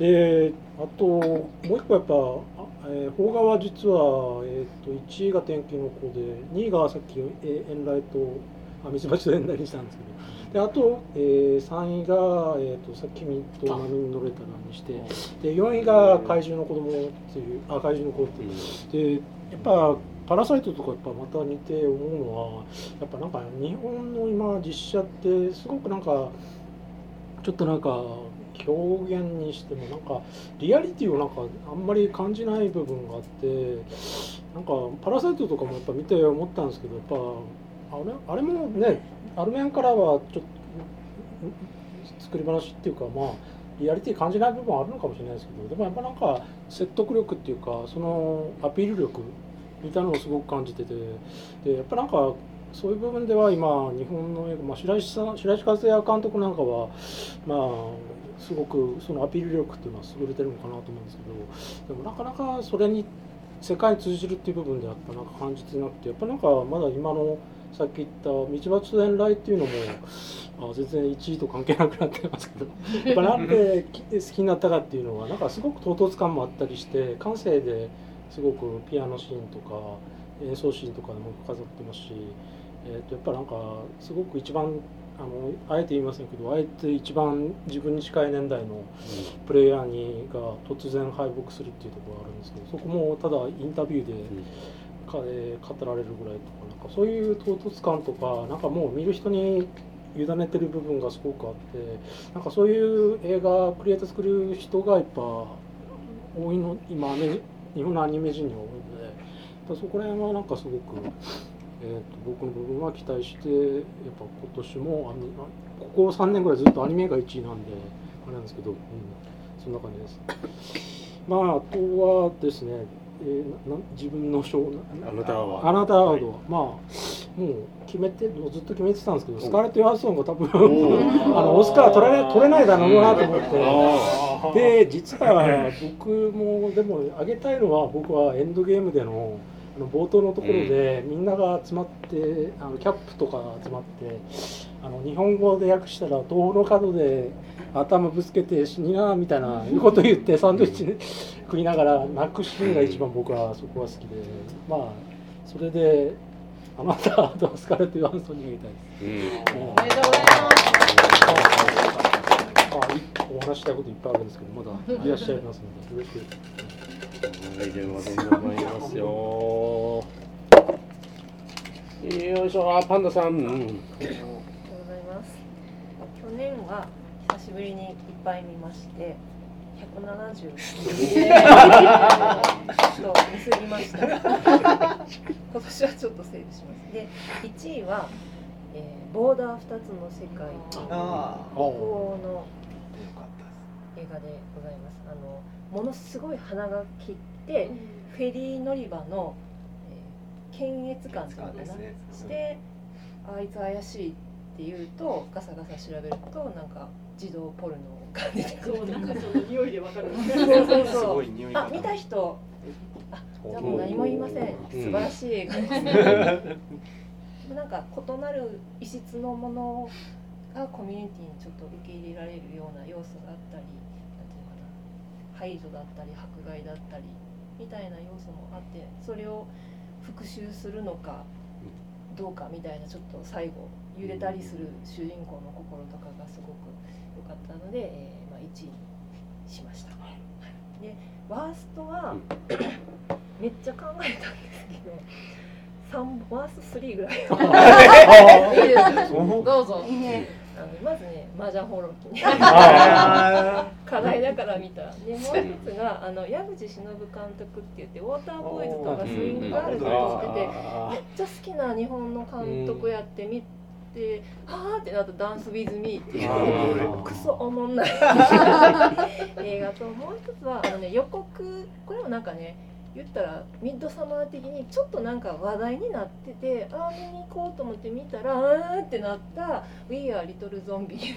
であともう一個やっぱえー、邦画は実は、えー、といちいが天気の子でにいがさっきエンライトあミツバチとエンライにしたんですけど、であと、えー、さんいが、えー、とさっき君と波に乗れたらにしてでよんいが怪獣の子供っていうあ怪獣の子っていうでやっぱパラサイトとかやっぱまた似て思うのはやっぱなんか日本の今実写ってすごくなんかちょっとなんか表現にしてもなんかリアリティをなんかあんまり感じない部分があってなんかパラサイトとかもやっぱ見て思ったんですけどやっぱあれあれもねある面からはちょっと作り話っていうかまあリアリティ感じない部分はあるのかもしれないですけどでもやっぱなんか説得力っていうかそのアピール力みたいなのをすごく感じててでやっぱなんかそういう部分では今日本の映画、まあ、白石さん白石和也監督なんかはまあすごくそのアピール力っていうのは優れてるのかなと思うんですけどでもなかなかそれに世界に通じるっていう部分でやっぱなんか感じてなくてやっぱなんかまだ今のさっき言った「ミツバチと遠雷」っていうのもあ全然いちいと関係なくなってますけどやっぱなんで好きになったかっていうのはなんかすごく唐突感もあったりして感性ですごくピアノシーンとか演奏シーンとかでも飾ってますし、えー、とやっぱなんかすごく一番あのあえて言いませんけどあえて一番自分に近い年代のプレイヤーにが突然敗北するっていうところがあるんですけどそこもただインタビューで、かえー、語られるぐらいとかなんかそういう唐突感とかなんかもう見る人に委ねてる部分がすごくあってなんかそういう映画クリエイター作る人がやっぱ多いの今日本のアニメ人に多いのでそこら辺はなんかすごく。えー、と僕の部分は期待してやっぱ今年もアニここさんねんぐらいずっとアニメがいちいなんであれなんですけど、うん、そんな感じです。まああとはですね、えー、な自分の賞あなたはあなたアワードは、はい、まあもう決めてもうずっと決めてたんですけどスカーレット・ヨハンソンが多分あのオスカー取れ取れないだろうなと思ってで実は僕もでもあげたいのは僕はエンドゲームでのあの冒頭のところで、うん、みんなが集まってあのキャップとか集まってあの日本語で訳したら東方の角で頭ぶつけて死になみたいなことを言ってサンドイッチ食いながら泣くシーンが一番僕はそこが好きでまあそれであなたとスカーレット・ヨハンソンにあげたいです。うん、おめでとうございます。お話したいこといっぱいあるんですけどまだいらっしゃいますのでよろしく。 はい、ではどんどん参りますよ。よいしょ、あ、パンダさん。うん、 ありがとうございます。去年は久しぶりにいっぱい見ましてひゃくななじゅうちょっと見すぎました今年はちょっとセーブしますでいちいは、えー、ボーダーふたつの世界北欧の映画でございます。あのものすごい鼻が切ってフェリー乗り場の、えー、検閲官というのかな、ね、してあいつ怪しいって言うとガサガサ調べるとなんか自動ポルノが出てくるとかなんかその匂いでわかるそうそうそうあ見た人あじゃあもう何も言いません素晴らしい映画ですねなんか異なる異質のものがコミュニティにちょっと受け入れられるような要素があったりなんていうのかな排除だったり迫害だったりみたいな要素もあってそれを復讐するのかどうかみたいなちょっと最後揺れたりする主人公の心とかがすごく良かったので、えーまあ、いちいにしました。でワーストはめっちゃ考えたんですけどワーストスリーぐらいいいですどうぞ、ね、あのまずね麻雀ホロキ課題だから見たでもう一つがあの矢口忍監督って言ってウォーターボーイズとかスイングガールズとかしててめっちゃ好きな日本の監督やってみてはーってなったダンスウィズミーっていうクソおもんない映画ともう一つはあの、ね、予告これもなんかね言ったらミッドサマー的にちょっとなんか話題になっててあー見に行こうと思って見たらあーってなった「We Are Little Zombies」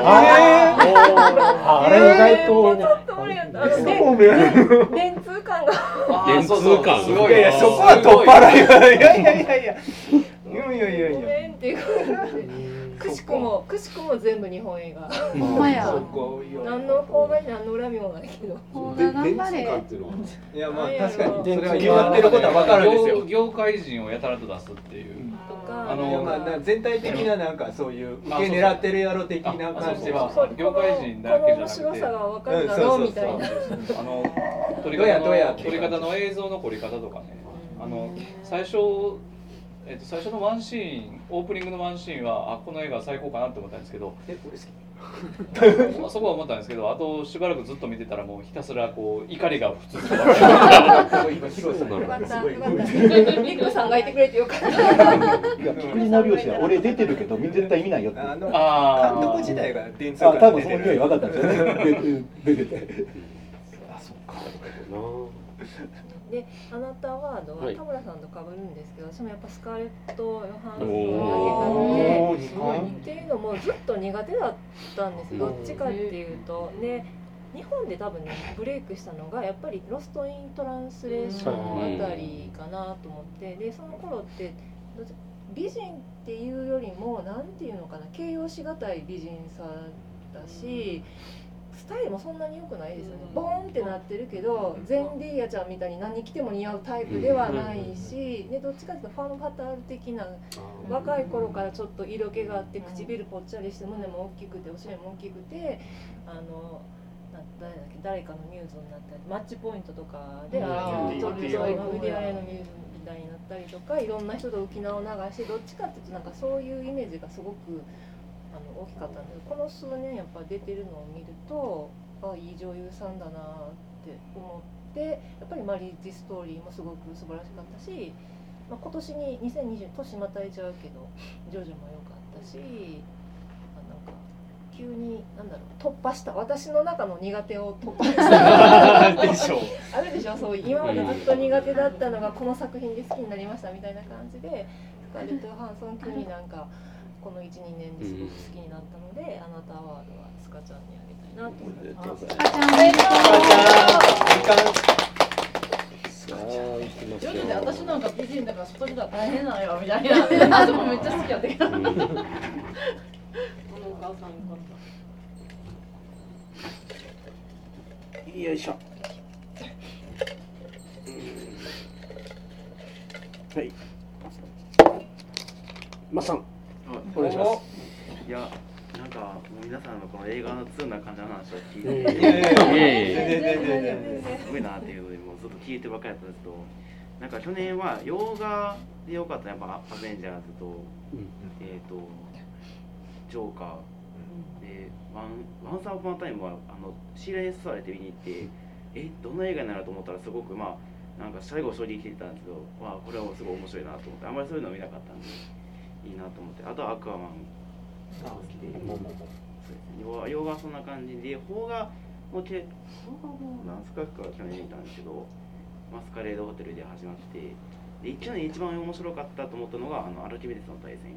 あれ意外とちょっと俺あの電通感が電通感すごいいやそこは取っ払いいやいやいやいやいやいやいやいやごめんっていう感じでくしくもくしくも全部日本映画ほんまや何の邦画に何の恨みもないけど邦画頑張れいやまあ確かにそれは決まってることは分かるんですよ業界人をやたらと出すっていうとかあのまあ全体的ななんかそういう受け狙ってるやろ的な感じは業界人だけじゃなくてこの面白さが分かるだろうみたいなあの撮り方の撮り方の映像の凝り方とかねあの最初えっと、最初のワンシーンオープニングのワンシーンはあこの映画最高かなって思ったんですけどえこれ好きそこは思ったんですけどあとしばらくずっと見てたらもうひたすらこう怒りが普通によかったよかったリックさんがいてくれてよかったいやくくり直しは俺出てるけど絶対見ないよってあのあ監督自体が電通あから多分その匂い分かったんですよね出ててあそっかで、あなたワードは田村さんと被るんですけど、私もやっぱスカーレット・ヨハンソンを挙げたのでっていうのもずっと苦手だったんですよ。どっちかっていうとで日本で多分ねブレイクしたのがやっぱりロスト・イン・トランスレーションあたりかなと思ってでその頃って美人っていうよりもなんていうのかな形容しがたい美人さだしスタイルもそんなに良くないですよね。ボーンってなってるけどゼンディーヤちゃんみたいに何着ても似合うタイプではないしでどっちかというとファンファタール的な若い頃からちょっと色気があって唇ぽっちゃりして胸も大きくてお尻も大きくてあの誰だっけ誰かのミューズになったりマッチポイントとかであのちょっとそういうウディアレのミューズみたいになったりとかいろんな人と浮き名を流してどっちかっていうとなんかそういうイメージがすごくあの大きかったんでこの数年やっぱ出てるのを見るとあいい女優さんだなって思ってやっぱりマリージストーリーもすごく素晴らしかったし、まあ、今年ににせんにじゅう年またいちゃうけどジョジョも良かったしあなんか急になんだろう突破した私の中の苦手を突破したでしょあるでしょそう今までずっと苦手だったのがこの作品で好きになりましたみたいな感じでスカーレット・ヨハンソン急になんかこの いちにねんですごく好きになったので、あなたアワードはスカちゃんにあげたいなと思います。スカちゃんおめでとう。 さあ行きますよ。 夜で私なんか美人だから外出たら大変なのよみたいな。あそこめっちゃ好きやったけど。あのお母さんよかった。 よいしょ。はい。マッサン。お願いします。 いや、なんかもう皆さんのこの映画の通な感じの話を聞いて、すごいなっていうのでもうずっと聞いてばっかりだったんですけど、なんか去年は洋画で良かったやっぱアベンジャーズと、うん、えっ、ー、とジョーカーでワンワンサーオブアタイムはあの知り合いに誘われて見に行ってえどんな映画になると思ったらすごくまあなんか最後正直聞いてたんですけど、まあ、これはすごい面白いなと思ってあんまりそういうの見なかったんでいいなと思ってあとはアクアマンが好きでそうですね洋画はそんな感じで邦画もけ邦画も何すかか去年見たんですけどマスカレードホテルで始まってで去年一番面白かったと思ったのがあのアルキメデスの対戦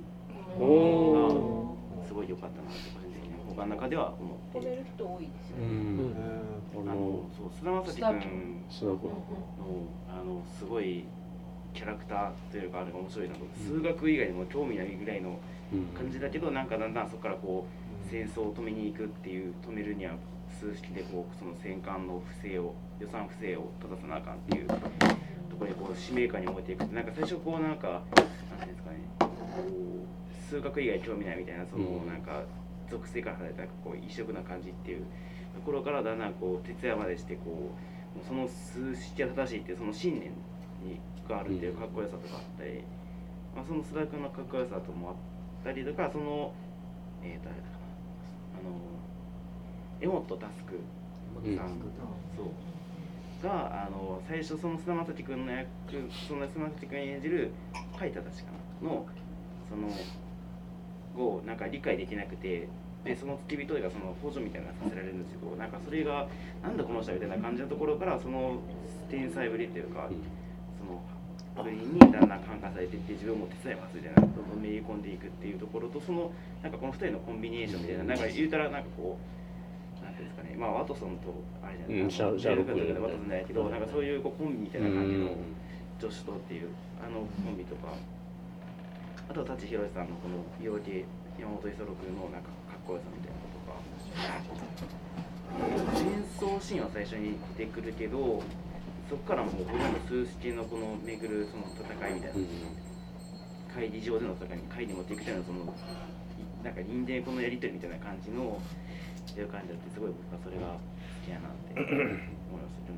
がすごい良かったなって個人的に他の中では思って褒める人多いですよね。 うん、あのそう菅田将暉君のあのすごいキャラクターというかあれが面白いなと数学以外にも興味ないぐらいの感じだけどなんかだんだんそこからこう戦争を止めに行くっていう止めるには数式でこうその戦艦の不正を予算不正を正さなあかんっていうところにこう使命感に置いていくってなんか最初こうなんかなんていうんですかねこう数学以外興味ないみたいなそのなんか属性から離れたこう異色な感じっていうところからだんだんこう徹夜までしてこうその数式が正しいっていうその信念にがあるっていうかっこよさとかあったり、まあ、その須田君のかっこよさともあったりとかそのえーとあれだかなあの江本佑さん、うん、そうがあの最初その菅田将暉君の役その菅田将暉君演じる海田たちかなのそのをなんか理解できなくてでその付き人がその補助みたいなのさせられるんですけどなんかそれがなんだこの人みたいな感じのところからその天才ぶりというかそのぶりにだんだん感化されていって自分も手伝いますみたいなどんどんめり込んでいくっていうところとそのなんかこのふたりのコンビネーションみたいななんか言うたらなんかこうなんていうんですかねまあワトソンとあれじゃないですか、うん、シャーロックでワトソンじゃないけどなんかそういうこうコンビみたいな感じの女子とっていうあのコンビとかあとは舘ひろしさんのこの美容系山本五十六のなんかかっこよさみたいなのとか戦争シーンは最初に出てくるけどそこからもうほとんど数式のこの巡るその戦いみたいな、うん、会議場での戦いに会に持っていくためのそのなんか人間このやり取りみたいな感じのっていう感じだってすごい僕はそれが好きやなって思いました。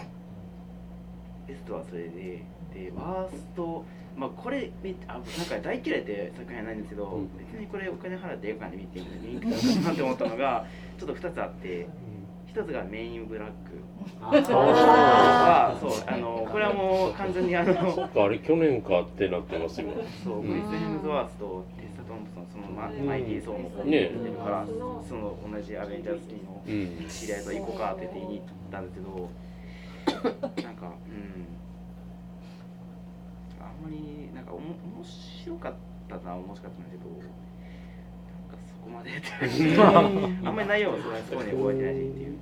ベストはそれででワーストまあこれあなんか大嫌いって作品はないんですけど、うん、別にこれお金払って映画館で見ていいのに人気だなって思ったのがちょっとふたつあってひとつがメインブラックはそうあのこれはもう完全にあのあれ去年かってなってますよそうクリス・ヘムズワースとテッサ・トンプソンそのマ, マイティー・ソーも出てるから、ね、その同じアベンジャーズ好きの知り合いと行こうかって言って言いに行ったんですけどなんかうんあんまりなんかおも面白かったな面白かったんだけどなんかそこまでってあんまり内容はそんなにそこに覚えてないしっていう、うん、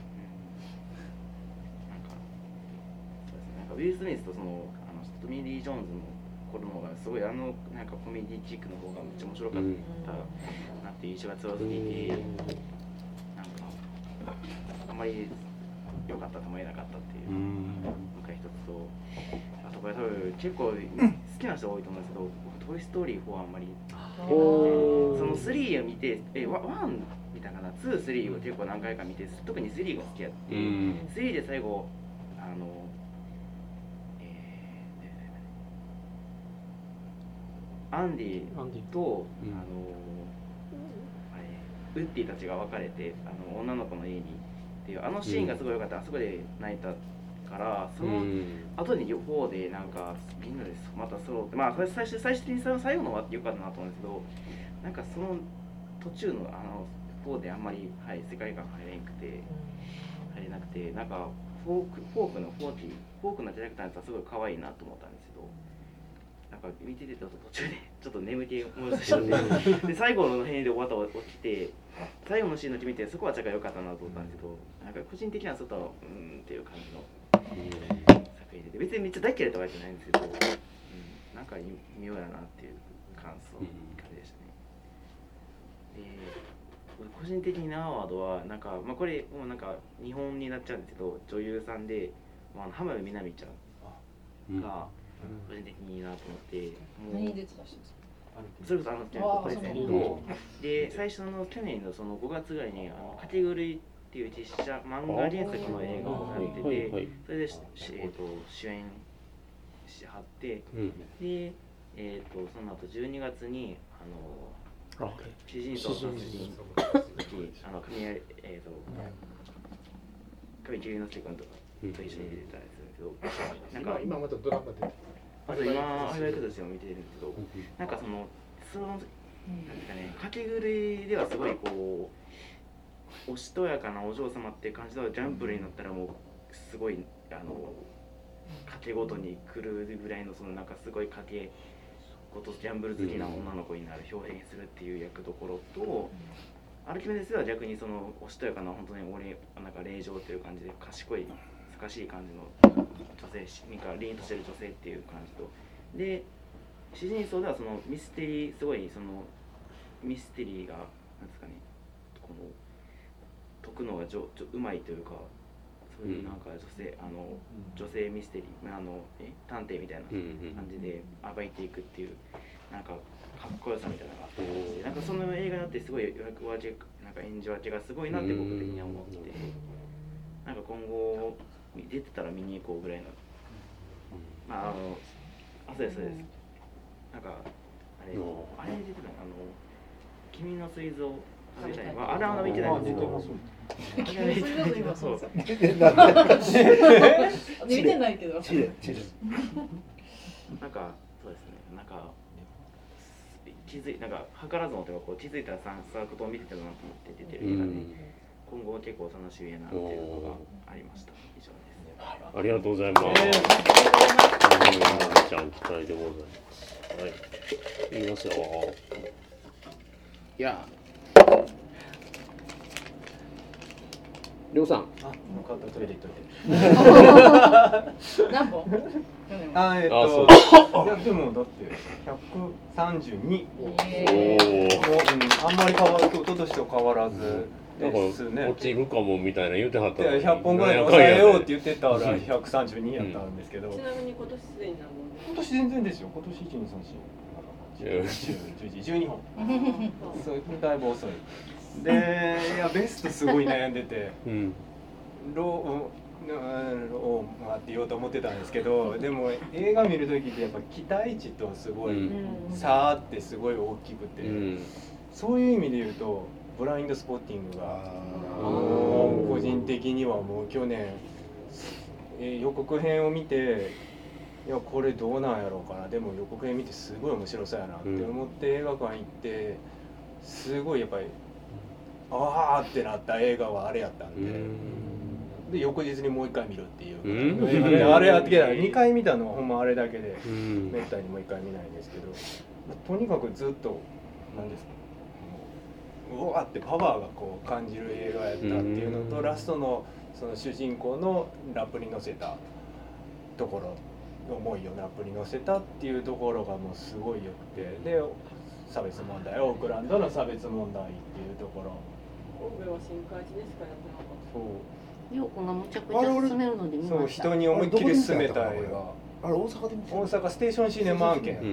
なんかそうですねなんかウィル・スミスとそのあのトミー・リー・ジョーンズの頃の方がすごいあのなんかコメディチックの方がめっちゃ面白かったなっていう印象が強すぎてなんかあんまり良かったと思えなかったっていうのが一つと。これ多分結構好きな人多いと思うんですけど、トイストーリーフォーあんまりそのスリーを見てえワン見たかなツー、スリーを結構何回か見て特にスリーが好きやってスリーで最後あの、えー、アンディと、うん、あのあれウッディたちが別れてあの女の子の家にっていうあのシーンがすごい良かった、うん、あそこで泣いたからその後に方でなんかみんなでまた揃ってまあ最終最終的に最後のは良かったなと思うんですけどなんかその途中のあの方であんまり、はい、世界観入れんくて入れなくてなんかフォークフォークのフォーティーフォークのキャラクターのやつはすごい可愛いなと思ったんですけどなんか見てて途中でちょっと眠気を思い出しちゃってで最後の辺で終わった起きて最後のシーンの決めてそこはちゃが良かったなと思ったんですけどなんか個人的にはちょっとうーんっていう感じの作品で別にめっちゃ大嫌いとかじゃないんですけど、うん、なんか妙やなっていう感想感じでしたね。で個人的なアワードはなんか、まあ、これもうなんか日本になっちゃうんですけど女優さんで、まあ、浜辺美波ちゃんが個人的にいいなと思って、 うん、何に出てらっしゃるんですかそれこそあのプレゼントで最初の去年のそのごがつぐらいにあのカテゴリーっていう実写漫画原作の映画をやっててそれで、えー、と主演しはって、うん、で、えー、とその後じゅうにがつにあの詩人層の殺人あの神谷えっと神木隆之介君とかと一緒に出てたりするんですけど、なんか今またドラマであと今アイライトとしても見てるんですけど、なんかそのそのなんですかね、書き狂いではすごいこうおしとやかなお嬢様っていう感じではジャンプルになったらもうすごいあの賭けごとに来るぐらいのそのなんかすごい賭けごとギャンブル好きな女の子になる表現するっていう役どころと、アルキメデスでは逆にそのおしとやかな本当に俺なんか令嬢っていう感じで賢い難しい感じの女性なんか凛としてる女性っていう感じとで詩人層ではそのミステリーすごいそのミステリーがなんですかねこの解くのがじょじょうまいというかそういうなんか女性あの女性ミステリーあのえ探偵みたいな感じで暴いていくっていうなんかかっこよさみたいなのがあってなんかその映画によってすごい役分けなんか演じ分けがすごいなって僕的には思っててなんか今後出てたら見に行こうぐらいのああのあそうですそうですなんかあれあれ出てたあの君の膵臓食べたいあれは見てないんですけどそう見てないけどなんかそうですねなんか気づいなんか図らずもというかこう気づいたらサークトを見てたなと思って出てる映画で今後結構楽しみやなっていうのがありました。以上です。 ありがとうございます。ちゃん期待でございます。はい。いきますよ。いや。りょうさん。あ、 カウンタートイレ行っといて。何本？あ、えっと、いやでもだってひゃくさんじゅうに。おお。あんまり変わらず、おととしと変わらず。 ですね。落ちるかもみたいな言ってはったのに。 ひゃっぽんぐらい抑えようって言ってたらひゃくさんじゅうにやったんですけど。 ちなみに今年すでに何本？ 今年全然ですよ。今年いち、に、さん、し、じゅう、じゅういち、じゅうにほん。そうだいぶ遅い。で、いやベストすごい悩んでて、うん、ローをって言おうと思ってたんですけど、でも映画見るときってやっぱ期待値とすごい差ってすごい大きくて、うん、そういう意味で言うとブラインドスポッティングが個人的にはもう去年、えー、予告編を見ていやこれどうなんやろうかな、でも予告編見てすごい面白そうやなって思って映画館行ってすごいやっぱりあーってなった映画はあれやったんで、で翌日にもう一回見るっていう、うん、あれやってきたらにかい見たのはほんまあれだけで、うん、めったにもう一回見ないんですけど、とにかくずっと何ですかうわってパワーがこう感じる映画やったっていうのと、うん、ラストのその主人公のラップに乗せたところ思いをラップに乗せたっていうところがもうすごいよくて、で差別問題オークランドの差別問題っていうところ神戸は新海地でしかやってなかった。 そうよくがむちゃくちゃ進めるので見ました。 そう人に思いっきり進めた映画。 あれ大阪で見て大阪ステーションシネマ案件、うん、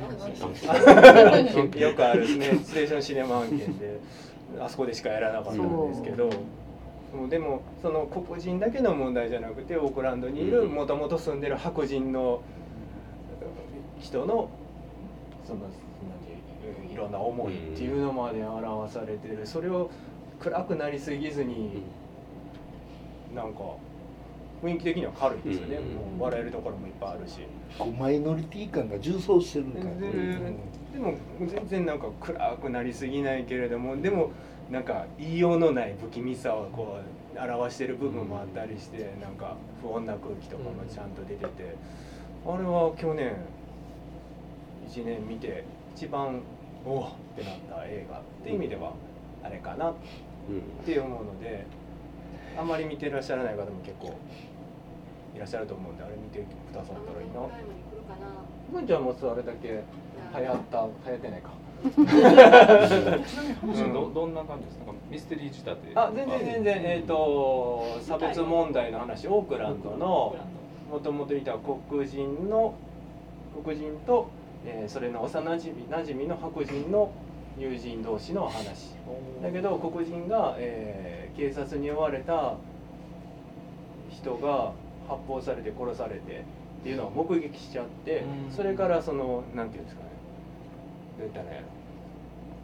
よくあるですねステーションシネマ案件であそこでしかやらなかったんですけど、でもその黒人だけの問題じゃなくてオークランドにいるもともと住んでる白人の人のそのいろんな思いっていうのまで表されてる。それを暗くなりすぎずになんか雰囲気的には軽いですよね、うん、もう笑えるところもいっぱいあるしマイノリティ感が重層してるのか、 で, でも全然なんか暗くなりすぎないけれども、でもなんか言いようのない不気味さをこう表してる部分もあったりして、なんか不穏な空気とかもちゃんと出てて、あれは去年いちねん見て一番おおってなった映画って意味ではあれかなって思うので、あんまり見てらっしゃらない方も結構いらっしゃると思うんで、あれ見てくださったらいいな。ふんちゃんもあれだけ流行った流行ってないか。 ちなみに話は ど, どんな感じですか？ミステリー仕立て？ あ、全然全然えっ、ー、と差別問題の話、オークランドのもともといた黒人の黒人と、えー、それの幼馴染馴染みの白人の友人同士の話だけど、黒人が、えー、警察に追われた人が発砲されて殺されてっていうのを目撃しちゃって、それからそのなんていうんですかね、どういったらやろ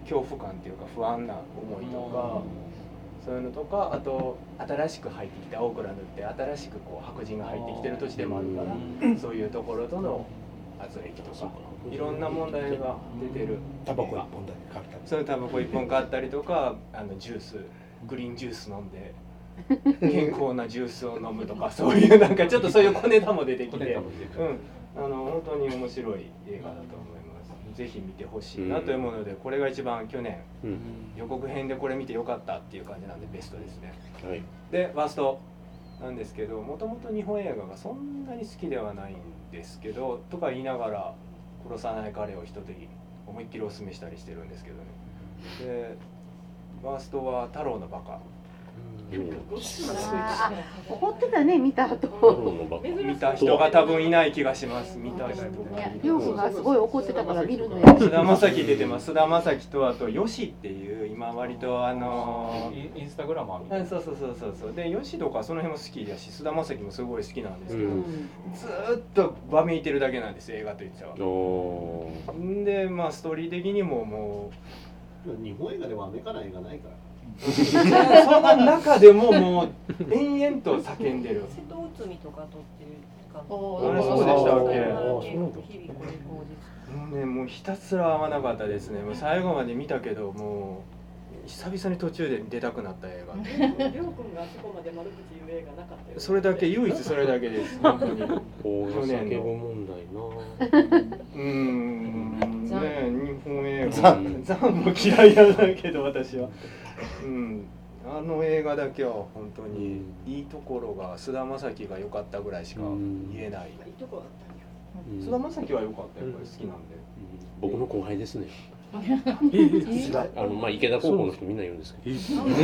恐怖感っていうか不安な思いとか、そういうのとか、あと新しく入ってきたオークランドって新しくこう白人が入ってきてる土地でもあるから、そういうところとの圧力とかいろんな問題が出てる。 タバコ一本だけ買ったり、 そういうタバコ一本買ったりとか、あのジュースグリーンジュース飲んで健康なジュースを飲むとか、そういうなんかちょっとそういう小ネタも出てきて、うん、あの本当に面白い映画だと思います。ぜひ見てほしいなというもので、これが一番去年、うん、予告編でこれ見てよかったっていう感じなんでベストですね。はい、でワーストなんですけど、もともと日本映画がそんなに好きではないんですけどとか言いながら殺さない彼を一人思いっきりおすすめしたりしてるんですけどね。でワーストは太郎のバカ。 怒ってたね、見た後。 見た人が多分いない気がします。見た人が。 りょうくんがすごい怒ってたから見るのや。 菅田将暉出てます。菅田将暉とあとヨシっていう今割とあのインスタグラマーみたいな。 そうそうそうそうそう。でヨシとかその辺も好きだし、菅田将暉もすごい好きなんですけど、うん、ずーっとわめいてるだけなんです映画といっては。でまあストーリー的にももう日本映画でわめかない映画ないから。 その中でももう延々と叫んでる。 瀬戸内海とか撮ってるか。 あれそうでしたっけ。もうね、もうひたすら合わなかったですね。もう最後まで見たけど、もう久々に途中で出たくなった映画。 りょうくんがあそこまで悪口言う映画なかったよ。 それだけ唯一それだけです。本当に。 去年の問題な。 うーん。ね、日本映画。ザンザンも嫌いなんだけど私は。うん、あの映画だけは本当にいいところが菅田将暉が良かったぐらいしか言えない。 いいところだったんや。菅田将暉は良かった、やっぱり好きなんで。 僕の後輩ですね。あのまあ池田高校の人みんな言うんですけど。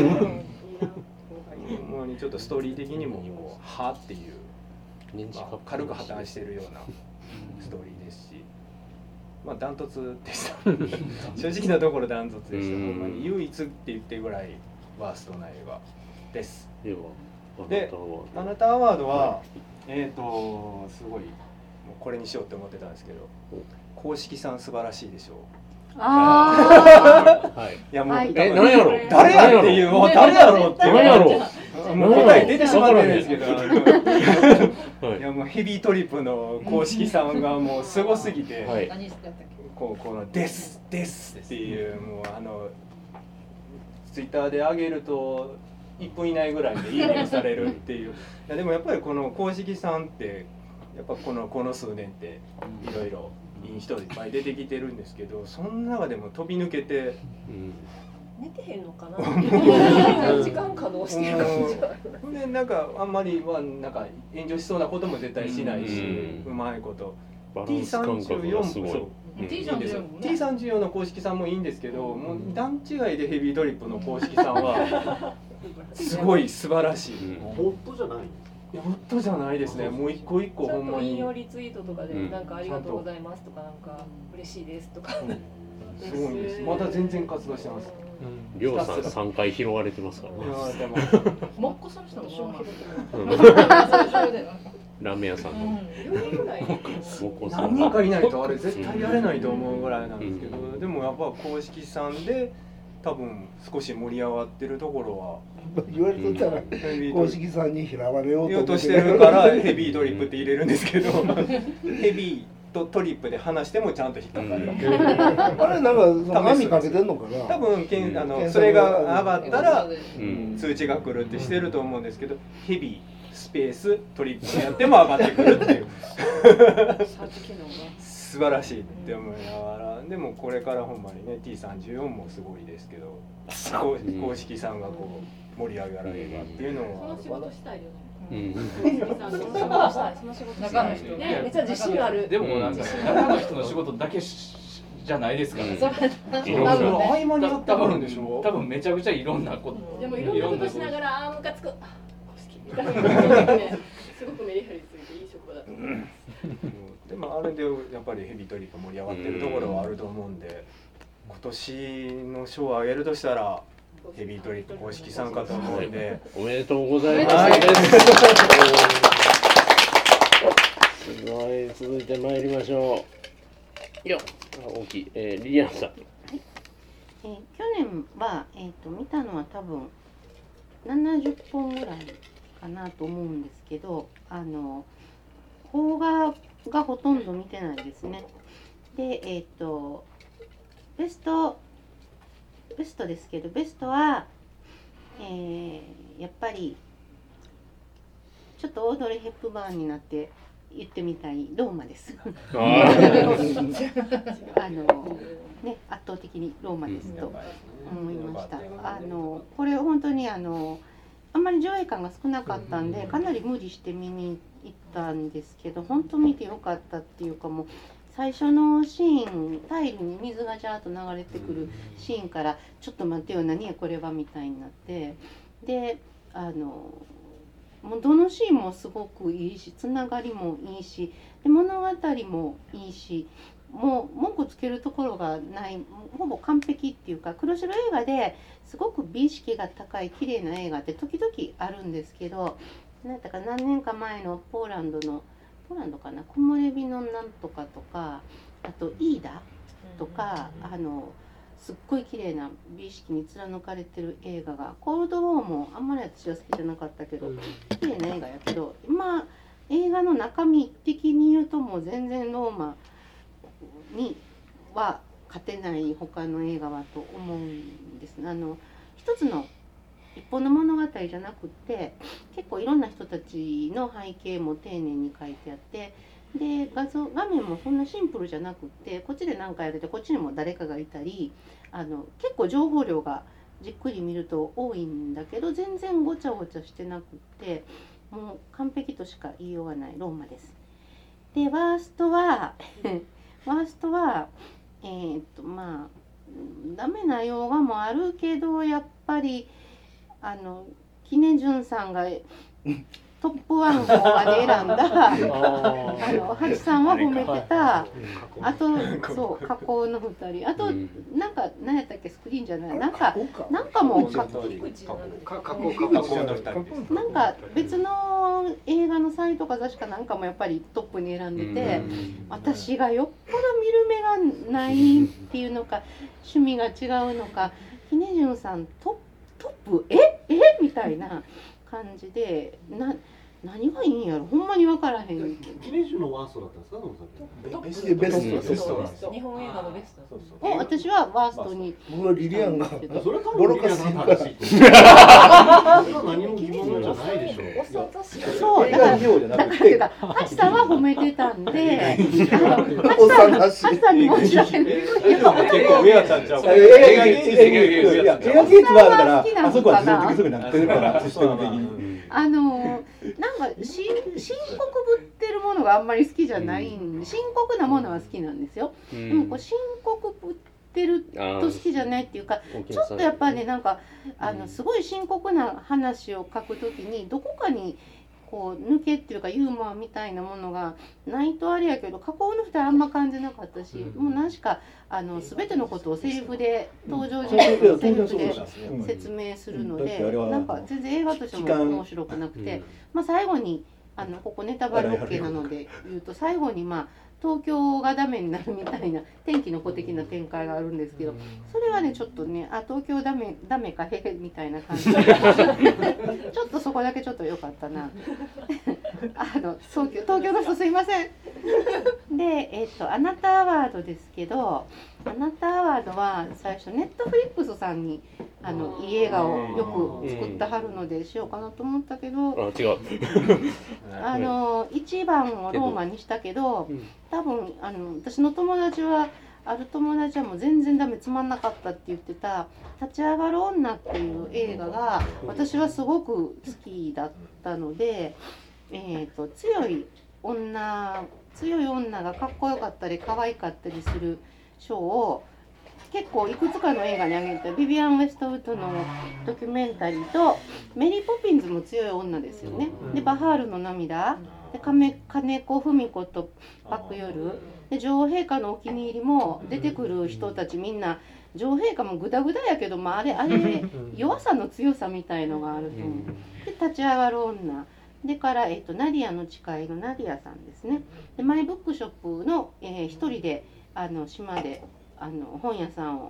まあちょっとストーリー的にもこうはっていう軽く破綻しているようなストーリーですし。まあダントツでした。正直なところダントツでした。ほんまに唯一って言ってぐらいワーストな映画です。で、あなたアワードはえっとすごいもうこれにしようって思ってたんですけど、公式さん素晴らしいでしょう。 ああ。はい。いやもうえ何やろ。 誰やっていうもう誰やろうっていう。 何やろ。 もう答え出てしまってるんですけど、いやもうヘビートリップの公式さんがもうすごすぎて、はい、こうこのですですっていうもうあのツイッターで上げるといっぷん以内ぐらいでいいねされるっていう。いやでもやっぱりこの公式さんってやっぱこのこの数年っていろいろいい人いっぱい出てきてるんですけど、その中でも飛び抜けて。うん寝てへんのかな時間稼働してる感じがある。 でなんかあんまりはなんか炎上しそうなことも絶対しないし、うまいこと。ティーさんじゅうよん そういいんですよ。ティーさんじゅうよん の公式さんもいいんですけど、もう段違いでヘビートリップの公式さんはすごい素晴らしい。 ホットじゃない。 ホットじゃないですね。もう一個一個ほんまに。 引用リツイートとかでなんかありがとうございますとかなんか嬉しいですとか。 すごいんです。まだ全然活動してます。 りょうさんさんかい拾われてますからね。 もっこさんしたのもまラーメン屋さんの。 何人かいないとあれ絶対やれないと思うぐらいなんですけど、でもやっぱ公式さんで多分少し盛り上がってるところは言われとったら公式さんに拾われようとしてるからヘビードリップって入れるんですけど、ヘビーとトリップで話してもちゃんと引っかかる。 あれなんか紙かけてんのかな。 多分けんあのそれが上がったら通知が来るってしてると思うんですけど、ヘビースペーストリップでやっても上がってくるっていう素晴らしいって思いながら、でもこれからほんまにね ティーさんじゅうよん もすごいですけど、公式さんがこう盛り上げられるかっていうのは。 その仕事したいよね。 うん、その仕事したい、その仕事したい。ね、めっちゃ自信ある。 でもなんか中の人の仕事だけじゃないですからね。 いろんな合間にやってあるんでしょ。 多分めちゃくちゃいろんなこと。 でもいろんなことしながらあームカつく。あ、公式みたいなことね、すごくメリハリついていい職場だと思います。 でもあれでやっぱりヘビートリップ盛り上がってるところはあると思うんで、今年の賞をあげるとしたら。ヘビートリップ公式参加と思うんで、 おめでとうございます。すごい、続いて参りましょう。よっ、大きい、えー、リリアンさん。 えー、去年は、えー、と見たのは多分ななじゅっぽんぐらいかなと思うんですけど、あの邦画がほとんど見てないですね。で、えっ、ー、とベストベストですけど、ベストは、えー、やっぱりちょっとオードリー・ヘップバーンになって言ってみたいローマです。あのね、圧倒的にローマですと思いました。あのこれ本当にあのあんまり上映感が少なかったんで、かなり無理して見に行ったんですけど、本当見てよかったっていうか、もう最初のシーン、タイルに水がジャーッと流れてくるシーンからちょっと待ってよ、何やこれはみたいになって、であのもうどのシーンもすごくいいし、つながりもいいし、で物語もいいし、もう文句つけるところがない、ほぼ完璧っていうか、黒白映画ですごく美意識が高い綺麗な映画って時々あるんですけど、なんだか何年か前のポーランドのポーランドかな、木漏れ日のなんとかとか、あとイーダとか、あのすっごい綺麗な美意識に貫かれてる映画が、コールドウォーもあんまり私は好きじゃなかったけど、綺麗な映画やけど、今映画の中身的に言うともう全然ローマには勝てない他の映画はと思うんです。あの一つの一本の物語じゃなくって、結構いろんな人たちの背景も丁寧に書いてあって、で画像画面もそんなシンプルじゃなくって、こっちで何かやれてこっちにも誰かがいたり、あの結構情報量がじっくり見ると多いんだけど、全然ごちゃごちゃしてなくって、もう完璧としか言いようがないローマです。でワーストはワーストはえー、っとまあダメな洋画もあるけど、やっぱりあのキネジュンさんがトップワン邦画で選んだあのハチさんは褒めてた、あとそう加工のふたり、あとなんか何やったっけ、スクリーンじゃない、なんかなんかも加工なんか別の映画のサイトか雑誌かなんかもやっぱりトップに選んでて、私がよっぽど見る目がないっていうのか趣味が違うのか、キネジュンさんトトップええみたいな感じで、な何がいいんやろ、ほんまに分からへん。 キネジュのワーストだったんですか、ノムさん。 ベストベスト日本映画のベスト。 お、私はワーストに。 僕はリリアンがそれかもリリアンさんの話。それは何も疑問じゃないでしょう。 そうだからだからハチさんは褒めてたんで、ハチさんハチさんに申し訳ない。 結構上はちゃんちゃう。 映画ゲーツはあるから、あそこはずっとすぐなってるからシステム的に。 あのなんか深刻ぶってるものがあんまり好きじゃないんで、深刻なものは好きなんですよ。でもこう深刻ぶってると好きじゃないっていうか、ちょっとやっぱね、なんかあのすごい深刻な話を書くときにどこかにこう抜けっていうかユーモアみたいなものがないとあれやけど、加工のふたりあんま感じなかったし、もう何しかあの全てのことをセリフで登場人物のセリフで説明するので、なんか全然映画としても面白くなくて、まあ最後にあのここネタバレ OK なので言うと、最後にまあ東京がダメになるみたいな天気の子的な展開があるんですけど、それはねちょっとね、あ東京ダメダメかへへみたいな感じでちょっとそこだけちょっと良かったなあの東京東京の人すいませんで、えっとあなたアワードですけど、あなたアワードは最初ネットフリックスさんにあのいい映画をよく作ってはるのでしようかなと思ったけど、 あ違うあのいちばんをローマにしたけど、多分あの私の友達はある友達はもう全然ダメ、つまんなかったって言ってた立ち上がる女っていう映画が私はすごく好きだったので、えーと強い女強い女がかっこよかったり可愛かったりする賞を結構いくつかの映画にあげたビビアン・ウェストウッドのドキュメンタリーと、メリー・ポピンズも強い女ですよね。でバハールの涙で金子文子とパクヨルで、女王陛下のお気に入りも出てくる人たちみんな女王陛下もグダグダやけど、まあ、あれあれ弱さの強さみたいのがあると思う。で立ち上がる女でから、えっと、ナディアの誓いのナディアさんですね。でマイブックショップの、えー、一人であの島であの本屋さんを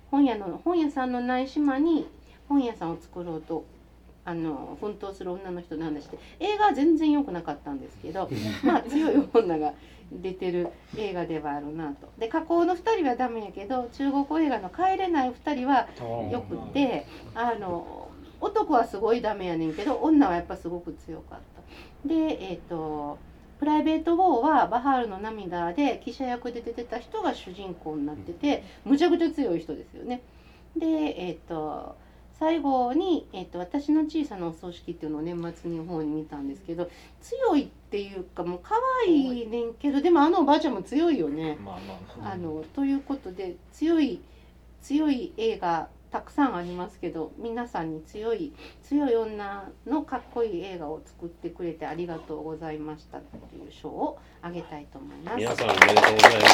本屋の本屋さんのない島に本屋さんを作ろうとあの奮闘する女の人の話で、映画は全然良くなかったんですけどまあ強い女が出てる映画ではあるなと。で加工のふたりはダメやけど中国映画の帰れないふたりはよくて、あの男はすごいダメやねんけど女はやっぱすごく強かった。でえっ、ー、とプライベート・ウォーはバハールの涙で記者役で出てた人が主人公になっててむちゃくちゃ強い人ですよね。でえっ、ー、と最後に、えーと「私の小さなお葬式」っていうのを年末に方に見たんですけど、強いっていうかもう可愛いねんけどでもあのおばあちゃんも強いよね。まあまあ、あのということで強い強い映画たくさんありますけど、皆さんに強い強い女のかっこいい映画を作ってくれてありがとうございましたっていう賞をあげたいと思います。 皆さんおめでとうございます。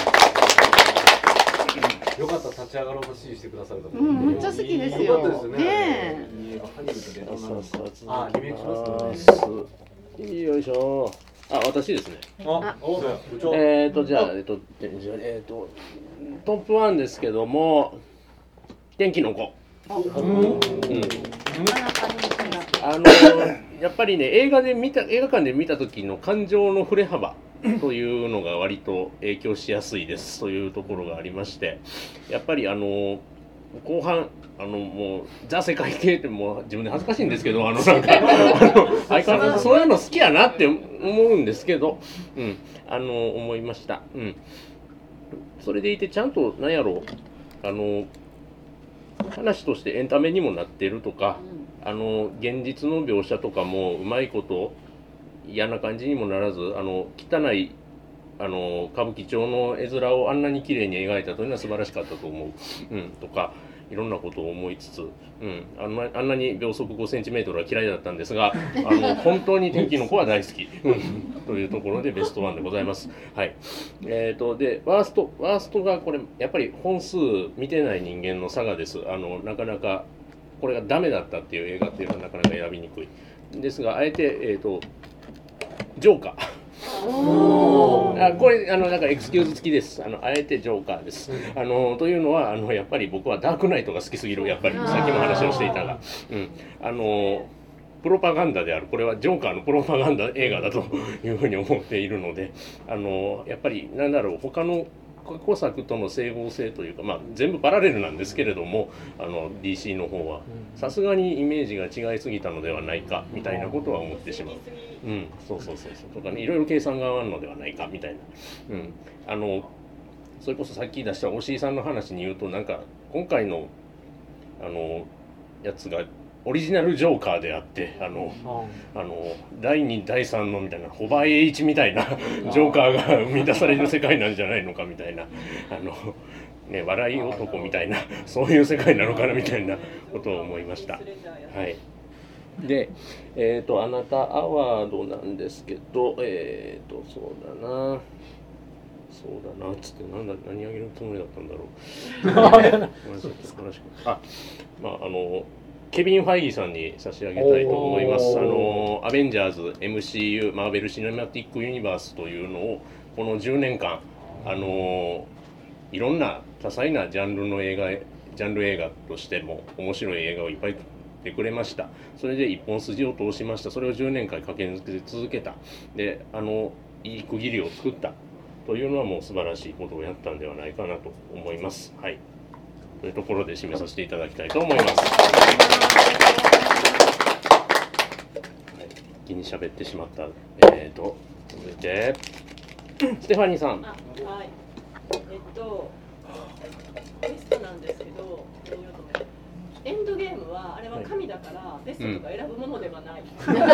よかった、立ち上がろうと支持してくださる方。 うん、めっちゃ好きですよ。 よかったですね。 ねあ、リメイクしますね。 よいしょ。あ、私ですね。 あ、 えっとじゃあえっとえっとトップワンですけども、天気の子。うん。あのやっぱりね、映画で見た映画館で見た時の感情の振れ幅というのが割と影響しやすいですというところがありまして、やっぱりあの後半あのもうザ世界系ってもう自分で恥ずかしいんですけど、あのなんかあの相変わらずそういうの好きやなって思うんですけど、うんあの思いました。うん。それでいてちゃんとなんやろう、あの話としてエンタメにもなってるとか、あの現実の描写とかもうまいこと嫌な感じにもならず、あの汚いあの歌舞伎町の絵面をあんなに綺麗に描いたというのは素晴らしかったと思う、うん、とかいろんなことを思いつつ、うん、あんな、あんなに秒速ごセンチメートルは嫌いだったんですが、あの本当に天気の子は大好き、うん、というところでベストワンでございます。はい。えーとでワーストワーストがこれやっぱり本数見てない人間の差がです。あのなかなかこれがダメだったっていう映画っていうのはなかなか選びにくいですが、あえてえーとジョーカー。あこれあのなんかエクスキューズ付きです。あのあえてジョーカーです。あのというのはあのやっぱり僕はダークナイトが好きすぎる、やっぱりさっきも話をしていたが、うん、あのプロパガンダである、これはジョーカーのプロパガンダ映画だというふうに思っているので、あのやっぱりなんだろう、他の過去作との整合性というか、まあ、全部パラレルなんですけれども、あの ディーシー の方はさすがにイメージが違いすぎたのではないかみたいなことは思ってしまう。うん、そうそうそうそうとかね、いろいろ計算があるのではないかみたいな、うん、あのそれこそさっき出した押井さんの話に言うと、なんか今回のあのやつがオリジナルジョーカーであって、あの、あのだいにだいさんのみたいなホバーエイチみたいなジョーカーが生み出される世界なんじゃないのかみたいな、あのね、笑い男みたいなそういう世界なのかなみたいなことを思いました。はい。で、えっとあなたアワードなんですけど、えっとそうだな。そうだなっつってなんだ何あげるつもりだったんだろう。あ、まああの。ケビン・ファイギーさんに差し上げたいと思います。あのアベンジャーズ エムシーユー マーベル・シネマティック・ユニバースというのをこのじゅうねんかん、あのいろんな多彩なジャンルの映画ジャンル映画としても面白い映画をいっぱい作ってくれました。それで一本筋を通しました。それをじゅうねんかん駆け抜け続けた。で、あのいい区切りを作ったというのはもう素晴らしいことをやったんではないかなと思います。はい。というところで締めさせていただきたいと思います。はい、一気に喋ってしまった。えーと、続いてステファニーさん。あ、はい。 えっとベストなんですけど、エンドゲームはあれは神だから、はい、ベストとか選ぶものではない。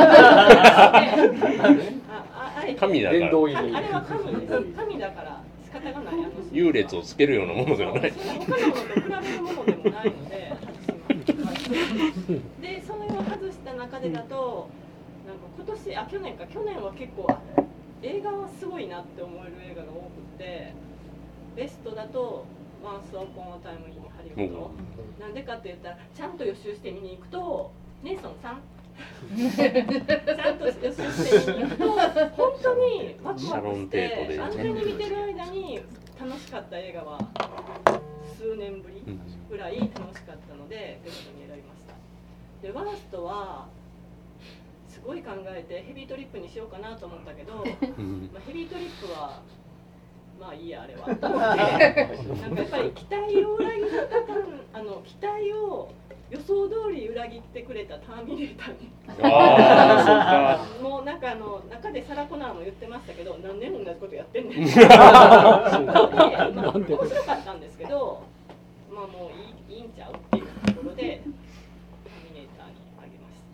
神だから。 あれは神です。神だから。仕方がない。 優劣をつけるようなものではない。 他のものと比べるものでもないので外します。で、そのを外した中でだと、なんか今年あ去年か去年は結構映画はすごいなって思える映画が多くて、ベストだとワンスオンポンアタイムインハリウッド。なんでかって言ったらちゃんと予習して見に行くとネイソンさん。ちゃんと予習して見に行くと本当にワクワクして、安全に見てる間に楽しかった映画は数年ぶりぐらい楽しかったのでベストに選びました。でワーストはすごい考えてヘビートリップにしようかなと思ったけど、まあ、ヘビートリップはまあいいやあれはと思ってなんかやっぱり期待を裏切った感あの期待を予想通り裏切ってくれたターミネーターにあもうなんかあの中でサラ・コナーも言ってましたけど何年も同じことやってんねんで、まあ、面白かったんですけどまあもういい、いいんちゃうっていうところでターミネーターにあげました。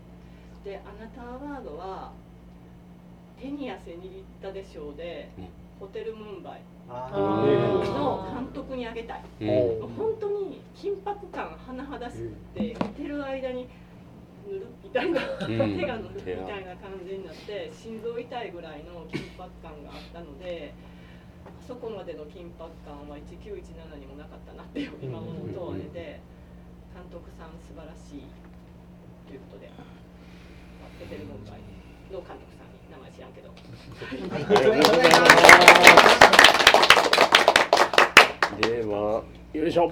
であなたアワードは手に汗握ったでしょうで、うん、ホテルムンバイの監督にあげたい。本当に緊迫感甚だしくて見てる間にぬるみたいな手がぬるみたいな感じになって心臓痛いぐらいの緊迫感があったのであそこまでの緊迫感はせんきゅうひゃくじゅうななにもなかったなっていう今思うとあれで監督さん素晴らしいということでホテルムンバイの監督さんに名前知らんけどはいありがとうございます。 ではよいしょ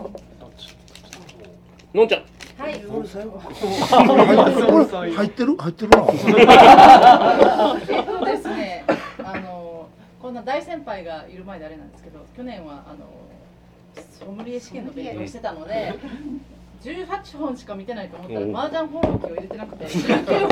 のんちゃんはい。 これ最後入ってる入ってるなえっとですねあのこんな大先輩がいる前であれなんですけど去年はあのソムリエ試験の勉強をしてたのでじゅうはっぽんしか見てないと思ったら麻雀本録を入れてなくてじゅうきゅうほん見て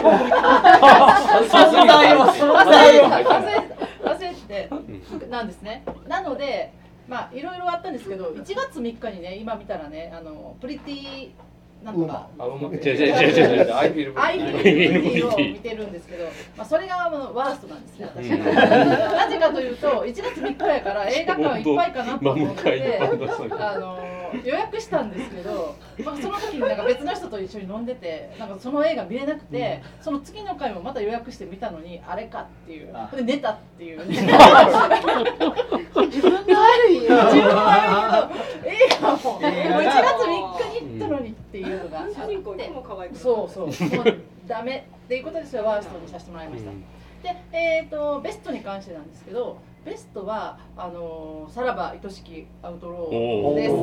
忘れてなんですね。なのでまあいろいろあったんですけどいちがつみっかにね今見たらねあのプリティなんとか違う違う違う違うアイフィルプリティを見てるんですけど、まあそれがワーストなんですね私は。なぜかというといちがつみっかやから映画館いっぱいかなと思ってあの予約したんですけど、まあその時になんか別の人と一緒に飲んでてなんかその映画見れなくてその次の回もまた予約して見たのにあれかっていうで寝たっていうね。 自分が悪いよ。 自分が悪いけど映画ももういちがつみっかに行ったのにっていうのがあってそうそうもうダメっていうことですよワーストにさせてもらいました。で、えーとベストに関してなんですけどベストはあのさらば愛しきアウトローです。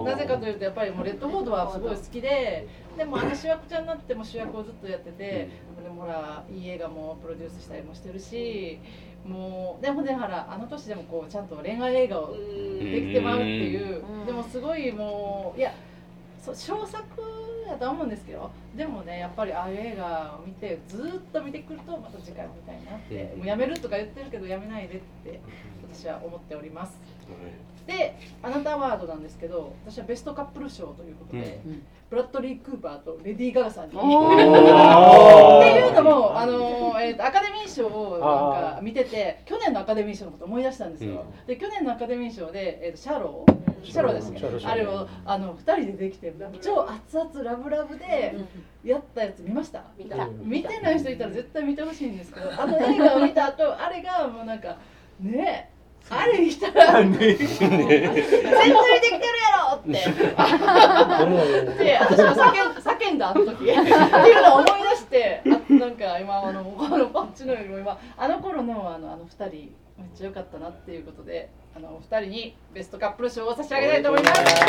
なぜかというとやっぱりもうレッドフォードはすごい好きででもあの主役ちゃんになっても主役をずっとやっててでもほらいい映画もプロデュースしたりもしてるしもうでもねほらあの年でもこうちゃんと恋愛映画をできてまうっていうでもすごいもういやそう小作やと思うんですけどでもねやっぱりああいう映画を見てずっと見てくるとまた次回も見たいなってもうやめるとか言ってるけどやめないでって私は思っております。であなたアワードなんですけど私はベストカップル賞ということで、うん、ブラッドリー・クーパーとレディー・ガガさんにっていうのもあの、えー、とアカデミー賞をなんか見てて去年のアカデミー賞のこと思い出したんですよ、うん、で去年のアカデミー賞で、えー、とシャローシャローですねあれをあのふたりでできて超熱々ラブラブでやったやつ見ました？見た見てない人いたら絶対見てほしいんですけどあの映画を見た後あれがもうなんかねえあれ見たら全然できてるやろってで私も叫ん叫んだあの時っていうのを思い出してあなんか今あのこのパッチのよりも今あの頃のあのあのふたりめっちゃ良かったなっていうことであのふたりにベストカップル賞を差し上げたいと思います。さ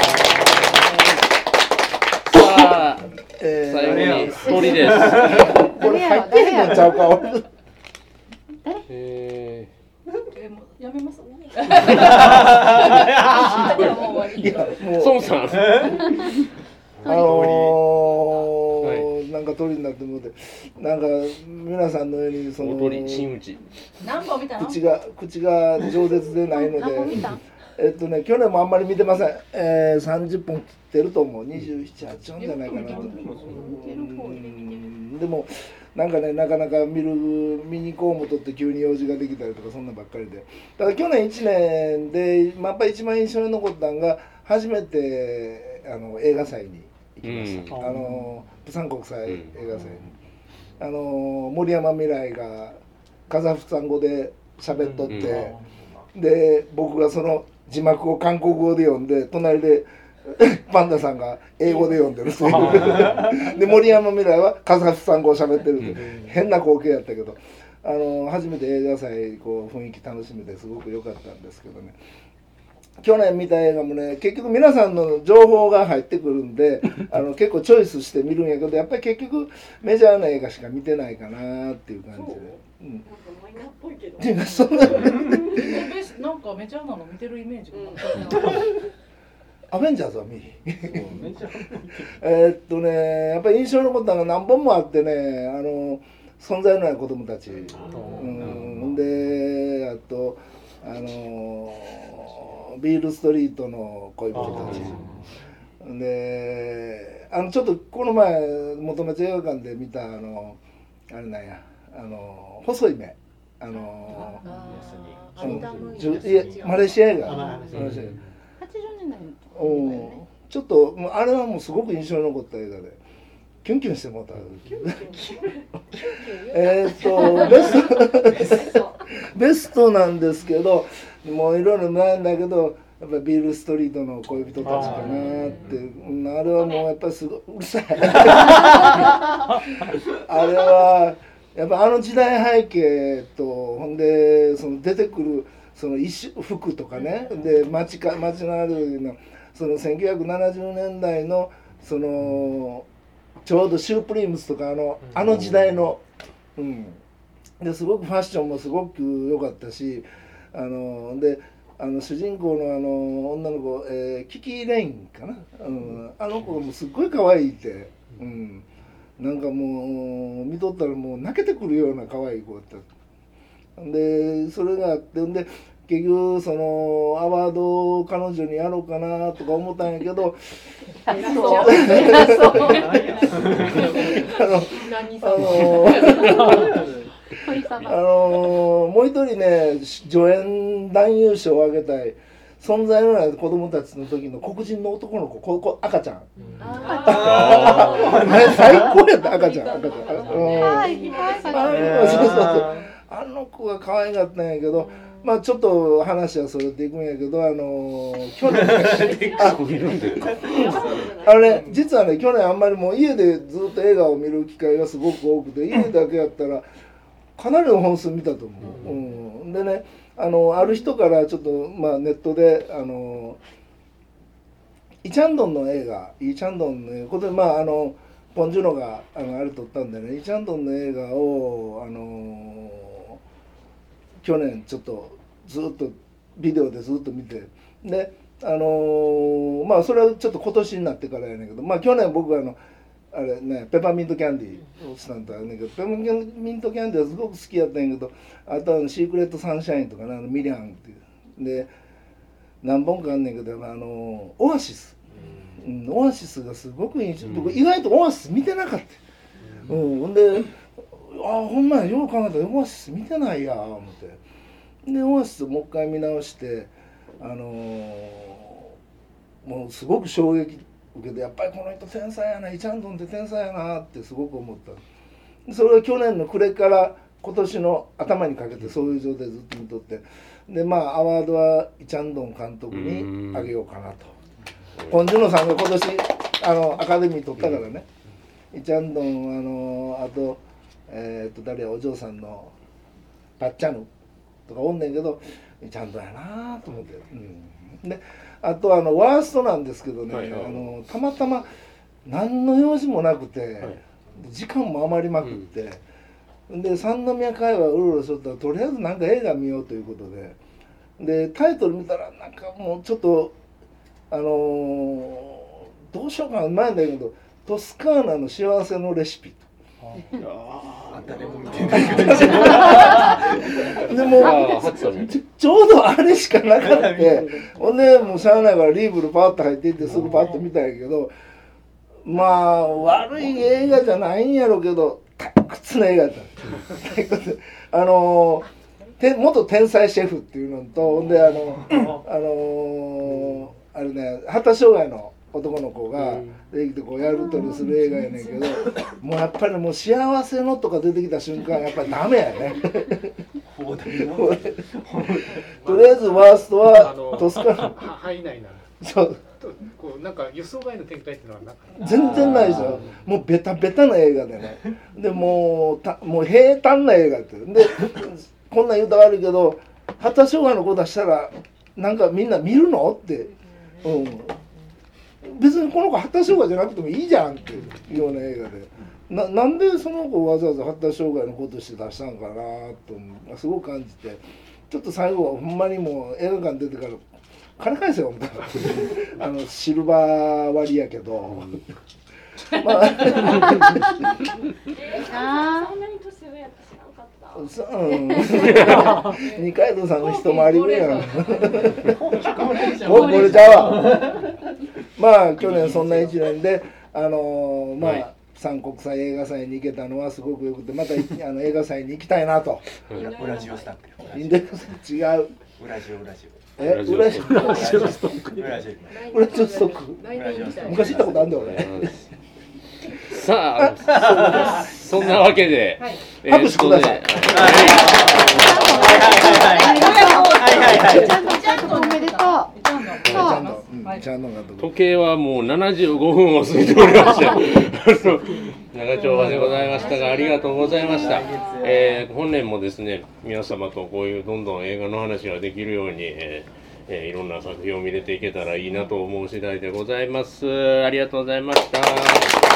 あ、えー、最後に一人です。 これ入ってへんのちゃうか。 えーえもうやめます。 孫さん。 あのー、なんか鳥になってもて、なんか皆さんのようにその何本見たの？ 口が口が饒舌でないので、えっとね去年もあんまり見てません。えー、さんじゅっぽん切ってると思う。にじゅうなな、はちほんじゃないかなと。でも。なんかねなかなか見る見に行こうもとって急に用事ができたりとかそんなばっかりでただ去年いちねんで、まあ、やっぱり一番印象に残ったのが初めてあの映画祭に行きました、うん、あの釜山国際映画祭に、うん、あの森山未來がカザフスタン語で喋っとって、うん、で僕がその字幕を韓国語で読んで隣でパンダさんが英語で読んでるというで森山未来はカザフスタン語を喋ってるという変な光景やったけどあの初めて映画祭こう雰囲気楽しめてすごく良かったんですけどね去年見た映画もね結局皆さんの情報が入ってくるんであの結構チョイスして見るんやけどやっぱり結局メジャーな映画しか見てないかなっていう感じで。うん、マイナーっぽいけど。そんななんかメジャーなの見てるイメージが。 アベンジャーズは見えっとねやっぱり印象に残ったのが何本もあってねあの存在のない子供たち、うん、であとあのビールストリートの恋人たちであのちょっとこの前元町映画館で見たあのあれなんやあの細い目あのあのいやマレーシア映画マレーシア映画はちじゅうねんだいのちょっとあれはもうすごく印象に残った映画でキュンキュンしてもらったえっとベストベストなんですけどもういろいろないんだけどやっぱりビールストリートの恋人たちかなってあれはもうやっぱりすごいうるさいあれはやっぱあの時代背景とほんでその出てくるその衣服とかねで街か街のあるのそのせんきゅうひゃくななじゅうねんだいのそのちょうどシュープリームスとかあのあの時代のうんですごくファッションもすごく良かったしあのであの主人公のあの女の子、えー、キキ・レインかな、うん、あの子もすっごい可愛いって、うん、なんかもう見とったらもう泣けてくるような可愛い子だったでそれがあってんで結局そのアワードを彼女にやろうかなとか思ったんやけどあのあのもう一人ね助演男優賞をあげたい存在のない子供たちの時の黒人の男の子ここ赤ちゃんあれ最高やった赤ちゃん赤ちゃんあの子が可愛かったんやけどまあちょっと話はそれていくんやけどあの去年あのね実はね去年あんまりもう家でずっと映画を見る機会がすごく多くて家だけやったらかなりの本数見たと思う、うん、でねあのある人からちょっと、まあ、ネットであのイ・チャンドンの映画イ・チャンドンのこれまああのポン・ジュノがあのあれ撮ったんでねイ・チャンドンの映画をあの去年ちょっとずっとビデオでずっと見てであのー、まあそれはちょっと今年になってからやねんけどまあ去年僕はあのあれねペパーミントキャンディーをしたんだよねんけどペパーミントキャンディーはすごく好きやったんやけどあとはシークレットサンシャインとかねあのミリアンっていうで何本かあんねんけどあのオアシス、うん、オアシスがすごく印象、うん、僕意外とオアシス見てなかった、うん、ほんであほんまやよう考えたらオアシス見てないや思ってでオアシスをもう一回見直してあのー、もうすごく衝撃受けてやっぱりこの人天才やなイ・チャンドンって天才やなってすごく思ったそれは去年の暮れから今年の頭にかけてそういう状態ずっと見とってでまあアワードはイ・チャンドン監督にあげようかなとポン・ジュノさんが今年あのアカデミー取ったからねイ・チャンドンあのあとえっと誰やお嬢さんのパッチャヌとかおんねんけどちゃんとやなと思って、うん、であとあのワーストなんですけどね、はいはい、あのたまたま何の用事もなくて、はい、時間も余りまくって、うん、で三宮界隈うろうろしとったらとりあえずなんか映画見ようということででタイトル見たらなんかもうちょっとあのー、どうしようかな前んだけどトスカーナの幸せのレシピと。あ誰も見てないけどでもちょ、ちょうどあれしかなかったほんでもうしゃあないからリーブルパッと入っていってすぐパッと見たんやけどまあ悪い映画じゃないんやろうけど退屈な映画だったあのて元天才シェフっていうのとほんであのあのあれね発達障害の男の子ができてこうやるとりする映画やねんけどもうやっぱりもう幸せのとか出てきた瞬間やっぱりダメやねとりあえずワーストはトスカナ範囲内なそうこうなんか予想外の展開っていうのはなかった全然ないでしょもうベタベタな映画でねでもうたもう平坦な映画ってでこんなん言うたら悪いけど発達障害の子出したらなんかみんな見るのって、うん、別にこの子発達障害じゃなくてもいいじゃんっていうような映画で、な, なんでその子をわざわざ発達障害のことして出したんかなとすごく感じて、ちょっと最後はほんまにもう映画館出てから金返せよみたいなあのシルバー割りやけどまああそんなに年上やった知らんかった。 うん、二階堂さんの一回り目やん。もうこれちゃうわ。まあ去年そんな一年で、あのー、まあ、はい、三国際映画祭に行けたのはすごくよくて、またあの映画祭に行きたいなと。 ウラジオスタック。 違う。 ウラジオウラジオ。 え、ウラジオストック。ウラジオストック。昔行ったことあるんだよ俺。 さあ、そんなわけで、 拍手ください。 時計はもうななじゅうごふんを過ぎておりまして長丁場でございましたが、ありがとうございました。えー、本年もですね、皆様とこういうどんどん映画の話ができるように、えーえー、いろんな作品を見れていけたらいいなと思う次第でございます。ありがとうございました。